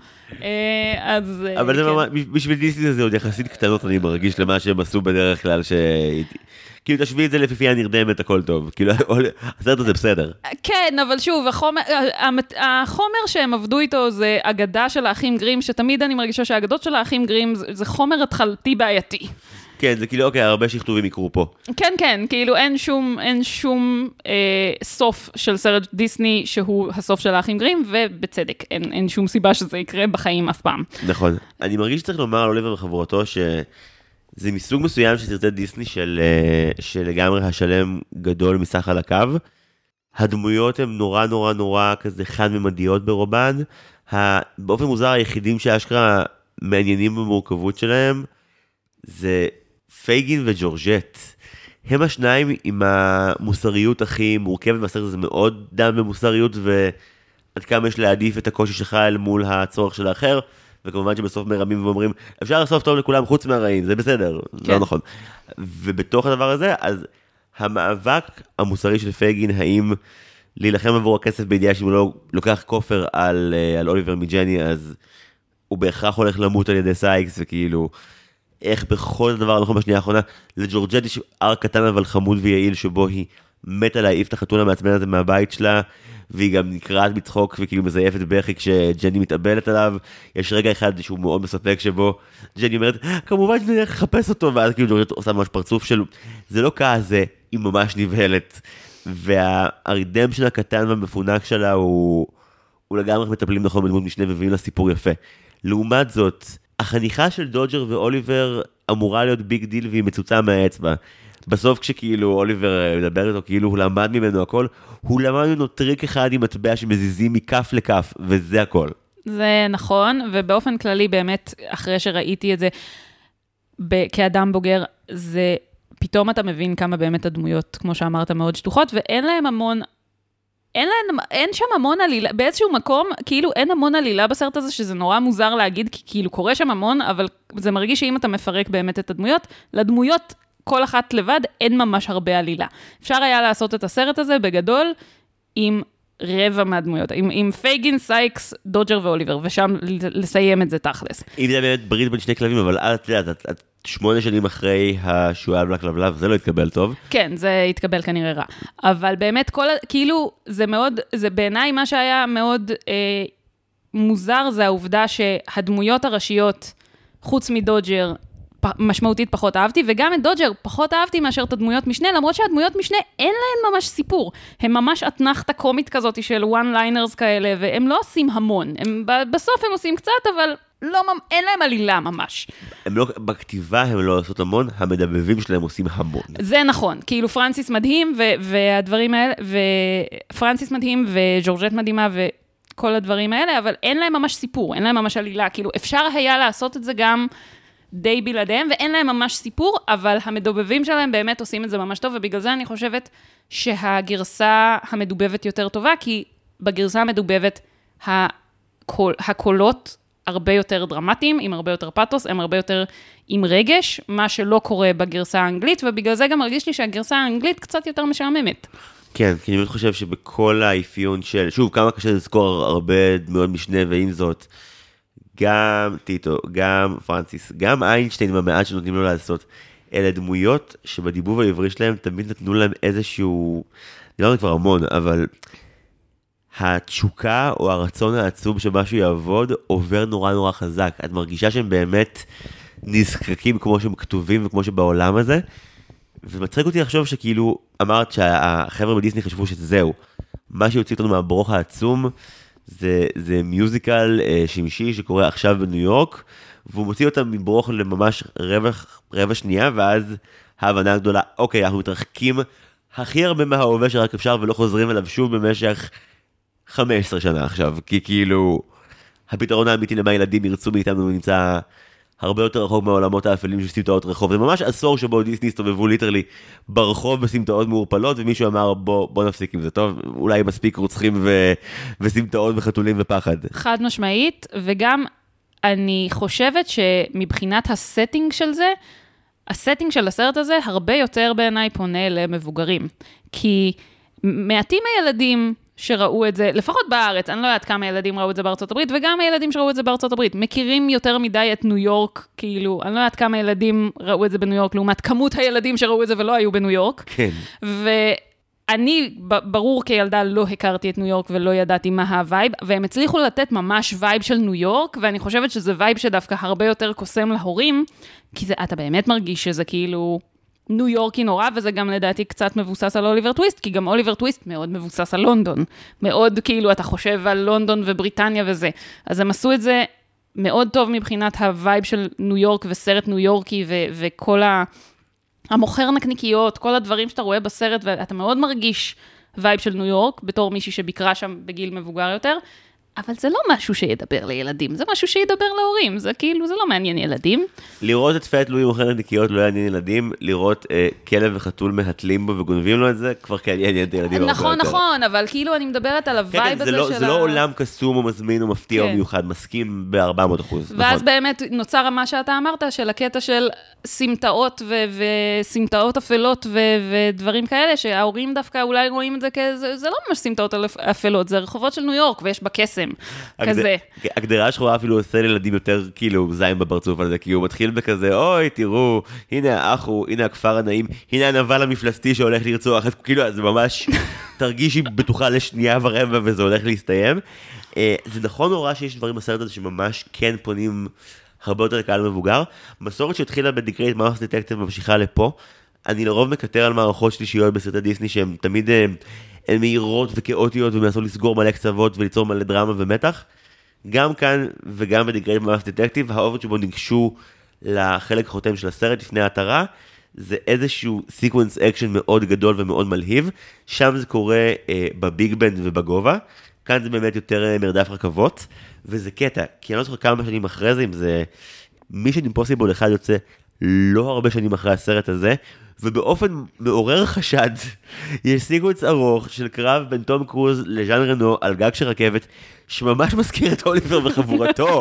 אז אבל זה ממש, בשביל דיסני זה עוד יחסית קטנות, אני מרגיש למה שהם עשו בדרך כלל, כאילו תשבי את זה לפיפייה נרדמת, הכל טוב, כאילו הסרט הזה בסדר. כן, אבל שוב, החומר שהם עבדו איתו זה אגדה של האחים גרים, שתמיד אני מרגישה שהאגדות של האחים גרים זה חומר התחלתי בעייתי. כן, זה כאילו, אוקיי, הרבה שכתובים יקרו פה. כן, כן, כאילו אין שום, אין שום אה, סוף של סרט דיסני שהוא הסוף של האחים גרים, ובצדק, אין, אין שום סיבה שזה יקרה בחיים אף פעם. נכון. אני מרגיש שצריך לומר על אוליבר וחברותו, שזה מסוג מסוים של סרטי דיסני, של, שלגמרי השלם גדול מסך על הקו. הדמויות הן נורא נורא נורא כזה חד-ממדיות ברובן. באופן מוזר, היחידים שאשכרה מעניינים במורכבות שלהם, זה פייגין וג'ורג'ט. הם השניים עם המוסריות הכי מורכבת, והסרט הזה מאוד דן במוסריות, ועד כמה יש להעדיף את הקושי שלך אל מול הצורך של האחר, וכמובן שבסוף מרמים ואומרים, אפשר לעשות טוב לכולם חוץ מהרעים, זה בסדר, כן. לא נכון. ובתוך הדבר הזה, אז המאבק המוסרי של פייגין, האם להילחם עבור הכסף בידיעה שאם הוא לא לוקח כופר על, על אוליבר מג'ני, אז הוא בהכרח הולך למות על ידי סייקס, וכאילו, איך בכל דבר, אנחנו בשנייה האחרונה, לג'ורג'ט יש אר קטן אבל חמוד ויעיל, שבו היא מתה להעיף את החתול המעצבן הזה מהבית שלה, והיא גם נקראת בצחוק וכאילו מזייפת בכי כשג'ני מתאבלת עליו. יש רגע אחד שהוא מאוד מספק שבו ג'ני אומרת, כמובן שאני הולך לחפש אותו, ואז כאילו ג'ורג'ט עושה ממש פרצוף שלו, זה לא כעס, זה היא ממש נבהלת, והרדמפשן הקטן והמפונק שלה הוא, הוא לגמרי מטפלים נכון בדמות משנה ומביאים לה סיפור יפה. לעומת זאת, החניכה של דודג'ר ואוליבר אמורה להיות ביג דיל והיא מצוצה מהאצבע. בסוף כשכאילו אוליבר מדבר איתו, כאילו הוא למד ממנו הכל, הוא למד ממנו טריק אחד עם מטבע שמזיזים מכף לכף, וזה הכל. זה נכון, ובאופן כללי באמת, אחרי שראיתי את זה ב- כאדם בוגר, זה פתאום אתה מבין כמה באמת הדמויות, כמו שאמרת, מאוד שטוחות, ואין להם המון, אין, להם, אין שם המון עלילה, באיזשהו מקום, כאילו אין המון עלילה בסרט הזה, שזה נורא מוזר להגיד, כי כאילו קורה שם המון, אבל זה מרגיש שאם אתה מפרק באמת את הדמויות, לדמויות כל אחת לבד אין ממש הרבה עלילה. אפשר היה לעשות את הסרט הזה בגדול, עם רבע מהדמויות, עם, עם פייגין, סייקס, דודג'ר ואוליבר, ושם לסיים את זה תכלס. אם זה באמת ברית בין שני כלבים, אבל את יודעת, את, את שמונה שנים אחרי השועל בלק לבלב, זה לא התקבל טוב. כן, זה התקבל כנראה רע. אבל באמת כל, כאילו, זה מאוד, זה בעיניי מה שהיה מאוד אה, מוזר, זה העובדה שהדמויות הראשיות, חוץ מדודג'ר, משמעותית פחות אהבתי, וגם את דודג'ר פחות אהבתי מאשר את הדמויות משנה, למרות שהדמויות משנה אין להן ממש סיפור. הם ממש אתנחתה קומית כזאת של one liners כאלה, והם לא עושים המון. הם, בסוף הם עושים קצת, אבל לא, אין להם עלילה ממש. הם לא, בכתיבה הם לא עושות המון, המדבבים שלהם עושים המון. זה נכון. כאילו פרנסיס מדהים, ו- והדברים האלה, ופרנסיס מדהים, וג'ורג'ט מדהימה, וכל הדברים האלה, אבל אין להם ממש סיפור, אין להם ממש עלילה. כאילו אפשר היה לעשות את זה גם די בלעדיהם, ואין להם ממש סיפור, אבל המדובבים שלהם באמת עושים את זה ממש טוב, ובגלל זה אני חושבת שהגרסה המדובבת יותר טובה, כי בגרסה המדובבת הקול, הקולות הרבה יותר דרמטיים, עם הרבה יותר פאטוס, הם הרבה יותר עם רגש, מה שלא קורה בגרסה האנגלית, ובגלל זה גם מרגיש לי שהגרסה האנגלית קצת יותר משעממת. כן, כי אני באמת חושב שבכל האפיון של, שוב, כמה קשה לזכור הרבה דמויות משנה, ועם זאת, גם טיטו, גם פרנסיס, גם איינשטיין במעט שנותנים לו לעשות, אלה דמויות שבדיבוב העברי שלהם תמיד נתנו להם איזשהו, אני לא יודע כבר המון, אבל התשוקה או הרצון העצום שמשהו יעבוד עובר נורא נורא חזק. את מרגישה שהם באמת נזקקים כמו שהם כתובים וכמו שבעולם הזה, ומצחיק אותי לחשוב שכאילו אמרת שהחבר'ה בדיסני חשבו שזהו, מה שיוציא אותנו מהברוך העצום זה, זה מיוזיקל אה, שמשי שקורה עכשיו בניו יורק, והוא מוציא אותם מברוך לממש רבע, רבע שנייה, ואז ההבנה הגדולה, אוקיי, אנחנו מתרחקים הכי הרבה מההווה שרק אפשר, ולא חוזרים אליו שוב במשך חמש עשרה שנה עכשיו, כי כאילו, הפתרון האמיתי למה ילדים ירצו מאיתנו נמצא הרבה יותר רחוק מהעולמות האפלים של סמטאות רחוב. זה ממש עשור שבו דיסני הסתובבו ליטרלי ברחוב בסמטאות מעורפלות, ומישהו אמר בוא, בוא נפסיק עם זה, טוב, אולי מספיק רוצחים ו... וסמטאות וחתולים ופחד. חד משמעית, וגם אני חושבת שמבחינת הסטינג של זה, הסטינג של הסרט הזה הרבה יותר בעיניי פונה למבוגרים, כי מעטים הילדים שראו את זה, לפחות בארץ, אני לא יודעת כמה ילדים ראו את זה בארצות הברית, וגם הילדים שראו את זה בארצות הברית, מכירים יותר מדי את ניו יורק, כאילו, אני לא יודעת כמה ילדים ראו את זה בניו יורק, לעומת כמות הילדים שראו את זה ולא היו בניו יורק. כן. ואני, ברור כילדה, לא הכרתי את ניו יורק ולא ידעתי מה הווייב, והם הצליחו לתת ממש וייב של ניו יורק, ואני חושבת שזה וייב שדווקא הרבה יותר קוסם להורים, כי זה, אתה באמת מרגיש שזה כאילו ניו יורקי נורא, וזה גם לדעתי קצת מבוסס על אוליבר טוויסט, כי גם אוליבר טוויסט מאוד מבוסס על לונדון. מאוד כאילו אתה חושב על לונדון ובריטניה וזה. אז הם עשו את זה מאוד טוב מבחינת הווייב של ניו יורק וסרט ניו יורקי, ו- וכל ה- המוכר נקניקיות, כל הדברים שאתה רואה בסרט, ואתה מאוד מרגיש וייב של ניו יורק, בתור מישהי שביקרה שם בגיל מבוגר יותר, אבל זה לא משהו שידבר לילדים, זה משהו שידבר להורים, זה כאילו, זה לא מעניין ילדים. לראות את פט לואי מוכר נקניקיות לא יעניין ילדים, לראות אה, כלב וחתול מהתלים בו וגונבים לו את זה, כבר כן יעניין את ילדים. נכון, נכון, אבל כאילו אני מדברת על הווייב הזה של ה... זה לא עולם קסום או מזמין או מפתיע או מיוחד, מסכים ב-ארבע מאות אחוז. ואז באמת נוצר מה שאתה אמרת, של הקטע של סמטאות וסמטאות אפלות ודברים כאלה, שההורים דווקא אולי רואים את זה כזה, זה לא ממש סמטאות אפלות, זה רחובות של ניו יורק ויש בה קסם. כזה. הגדרה שחורה אפילו עושה לילדים יותר כאילו זין בפרצוף על זה, כי הוא מתחיל בכזה, אוי, תראו, הנה האח הוא, הנה הכפר הנעים, הנה הנבל המפלסטי שהולך לרצוח, כאילו, זה ממש תרגישי בטוחה לשנייה ורבע וזה הולך להסתיים. זה נכון נורא שיש דברים בסרט הזה שממש כן פונים הרבה יותר לקהל מבוגר. מסורת שהתחילה בדיקרייט מאוס דטקטיב ממשיכה לפה. אני לרוב מקטר על מערכות שלישיות בסרטי דיסני שהן תמיד הן מהירות וכאוטיות ומנסות לסגור מלא קצוות וליצור מלא דרמה ומתח. גם כאן וגם בדיקרייט מאוס דטקטיב, האופן שבו ניגשו לחלק חותם של הסרט לפני ההתרה, זה איזשהו סיקוונס אקשן מאוד גדול ומאוד מלהיב. שם זה קורה אה, בביג בנד ובגובה. כאן זה באמת יותר מרדף רכבות, וזה קטע, כי אני לא זוכר כמה שנים אחרי זה, אם זה מישן אימפוסיבול אחד יוצא לא הרבה שנים אחרי הסרט הזה, ובאופן מעורר חשד, יש סיקוונס ארוך של קרב בין תום קרוז לז'אן רנו על גג של רכבת, שממש מזכיר את אוליבר וחבורתו.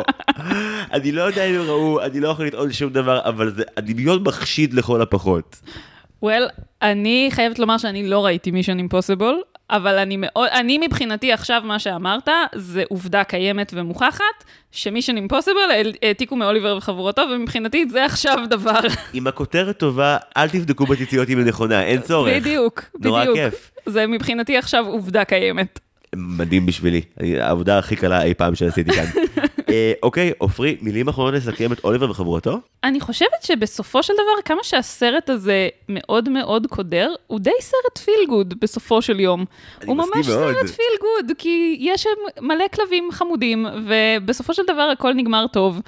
אני לא יודע אם הם ראו, אני לא יכול לטעון שום דבר, אבל זה הדמיון מחשיד לכל הפחות. well, אני חייבת לומר שאני לא ראיתי מישן אימפוסיבול, אבל אני מאוד, אני מבחינתי עכשיו מה שאמרת, זה עובדה קיימת ומוכחת, שמישן אימפוסיבל העתיקו מאוליבר וחבורתו, ומבחינתי זה עכשיו דבר. אם הכותרת טובה, אל תבדקו בתיציות אם היא נכונה, אין צורך. בדיוק, נורא בדיוק. כיף. זה מבחינתי עכשיו עובדה קיימת. מדהים בשבילי, העבודה הכי קלה אי פעם שעשיתי כאן. אוקיי, אופרי, מילים אחרונות לסכם את אוליבר וחבורתו? אני חושבת שבסופו של דבר, כמה שהסרט הזה מאוד מאוד קודר, הוא די סרט פיל גוד בסופו של יום. הוא ממש סרט פיל גוד, כי יש שם מלא כלבים חמודים, ובסופו של דבר הכל נגמר טוב,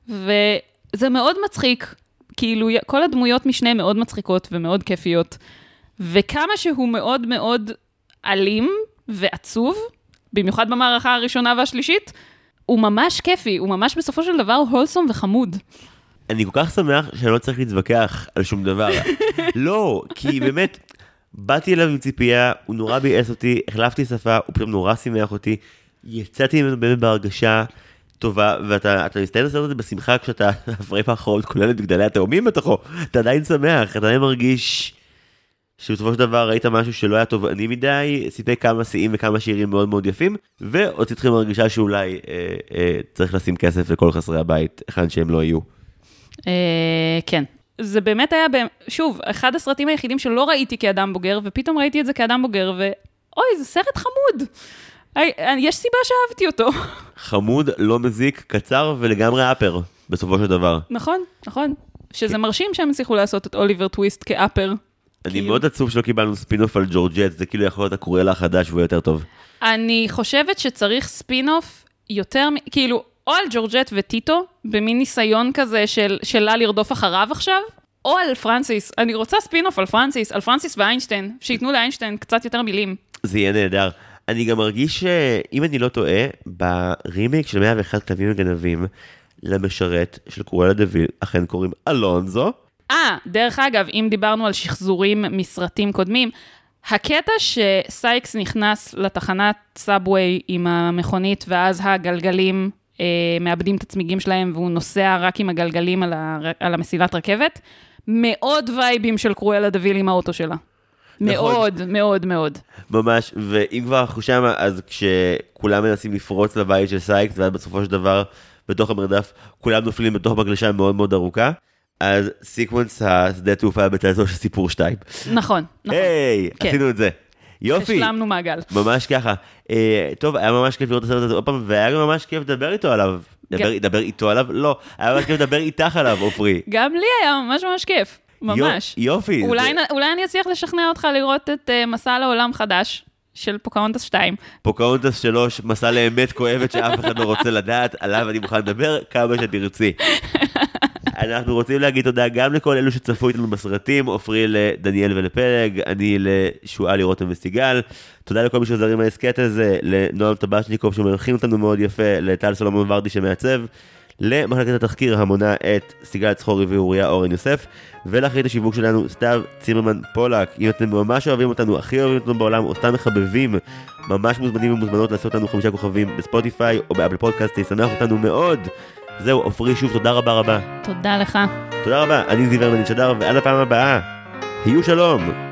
וזה מאוד מצחיק, כאילו כל הדמויות משנה מאוד מצחיקות ומאוד כיפיות, וכמה שהוא מאוד מאוד אלים ועצוב, במיוחד במערכה הראשונה והשלישית, הוא ממש כיפי, הוא ממש בסופו של דבר הולסום וחמוד. אני כל כך שמח שאני לא צריך להתווכח על שום דבר. לא, כי באמת, באתי אליו עם ציפייה, הוא נורא ביאס אותי, החלפתי שפה, הוא פתאום נורא שימח אותי, יצאתי ממנו באמת בהרגשה טובה, ואתה מסתכל לעשות את זה בשמחה כשאתה הפריים האחרון כולל את גדלי התאומים בתוכו, אתה עדיין שמח, אתה עדיין מרגיש שבסופו של דבר ראית משהו שלא היה טובעני מדי, סיפק כמה שיאים וכמה שירים מאוד מאוד יפים, והוציא אתכם מרגישה שאולי אה, אה, צריך לשים כסף לכל חסרי הבית, היכן שהם לא יהיו. אה, כן. זה באמת היה, שוב, אחד הסרטים היחידים שלא ראיתי כאדם בוגר, ופתאום ראיתי את זה כאדם בוגר, ואוי, זה סרט חמוד. יש סיבה שאהבתי אותו. חמוד, לא מזיק, קצר ולגמרי אפר, בסופו של דבר. נכון, נכון. שזה מרשים שהם הצליחו לעשות את אוליבר טוויסט כאפר. אני מאוד עצוב שלא קיבלנו ספינוף על ג'ורג'ט, זה כאילו יכול להיות הקוריאלה החדש והוא יותר טוב. אני חושבת שצריך ספינוף יותר, כאילו, או על ג'ורג'ט וטיטו, במין ניסיון כזה של, שלה לרדוף אחריו עכשיו, או על פרנסיס. אני רוצה ספינוף על פרנסיס, על פרנסיס ואיינשטיין, שיתנו לאיינשטיין קצת יותר מילים. זה יהיה נהדר. אני גם מרגיש שאם אני לא טועה, ברימייק של מאה ואחד כלבים וגנבים, למשרת של קוריאלה דוויל, אכן קוראים אלונזו. אה, דרך אגב, אם דיברנו על שחזורים מסרטים קודמים, הקטע שסייקס נכנס לתחנת סאבווי עם המכונית, ואז הגלגלים אה, מאבדים את הצמיגים שלהם, והוא נוסע רק עם הגלגלים על, ה, על המסילת רכבת, מאוד וייבים של קרואלה דוויל עם האוטו שלה. מאוד, מאוד, מאוד. ממש, ואם כבר אנחנו שמה, אז כשכולם מנסים לפרוץ לבית של סייקס, ואז בסופו של דבר, בתוך המרדף, כולם נופלים בתוך מגלשה מאוד מאוד ארוכה, אז סיקוונס השדה תעופה בצלצול של סיפור שתיים. נכון, נכון. היי, עשינו את זה. יופי. השלמנו מעגל. ממש ככה. טוב, היה ממש כיף לראות את הסרט הזה עוד פעם, והיה גם ממש כיף לדבר איתו עליו. לדבר איתו עליו? לא. היה ממש כיף לדבר איתך עליו, אופרי. גם לי היה ממש ממש כיף. ממש. יופי. אולי אני אצליח לשכנע אותך לראות את מסע לעולם חדש של פוקהונטס שתיים. פוקהונטס שלוש, מסע לאמת כואבת שאף אחד לא רוצה לדעת, עליו אני מוכן לדבר כמה שתרצי. אנחנו רוצים להגיד תודה גם לכל אלו שצפו איתנו בסרטים, אופרי לדניאל ולפלג, אני לשואלי רותם וסיגל, תודה לכל מי שעזרים להסקט הזה, לנועם טבשניקוב שמרחים אותנו מאוד יפה, לטל סולומון ורדי שמעצב, למחלקת התחקיר המונה את סיגל צחורי ואוריה אורן יוסף, ולאחרית השיווק שלנו סתיו צימרמן פולק. אם אתם ממש אוהבים אותנו, הכי אוהבים אותנו בעולם, או סתם מחבבים, ממש מוזמנים ומוזמנות לעשות אותנו חמישה כוכבים בספוטיפיי או באפל פודקאסט, ישמח אותנו מאוד. זהו, אופרי, שוב, תודה רבה רבה. תודה לך. תודה רבה, אני זיוור מנית שדר, ועד הפעם הבאה, היו שלום.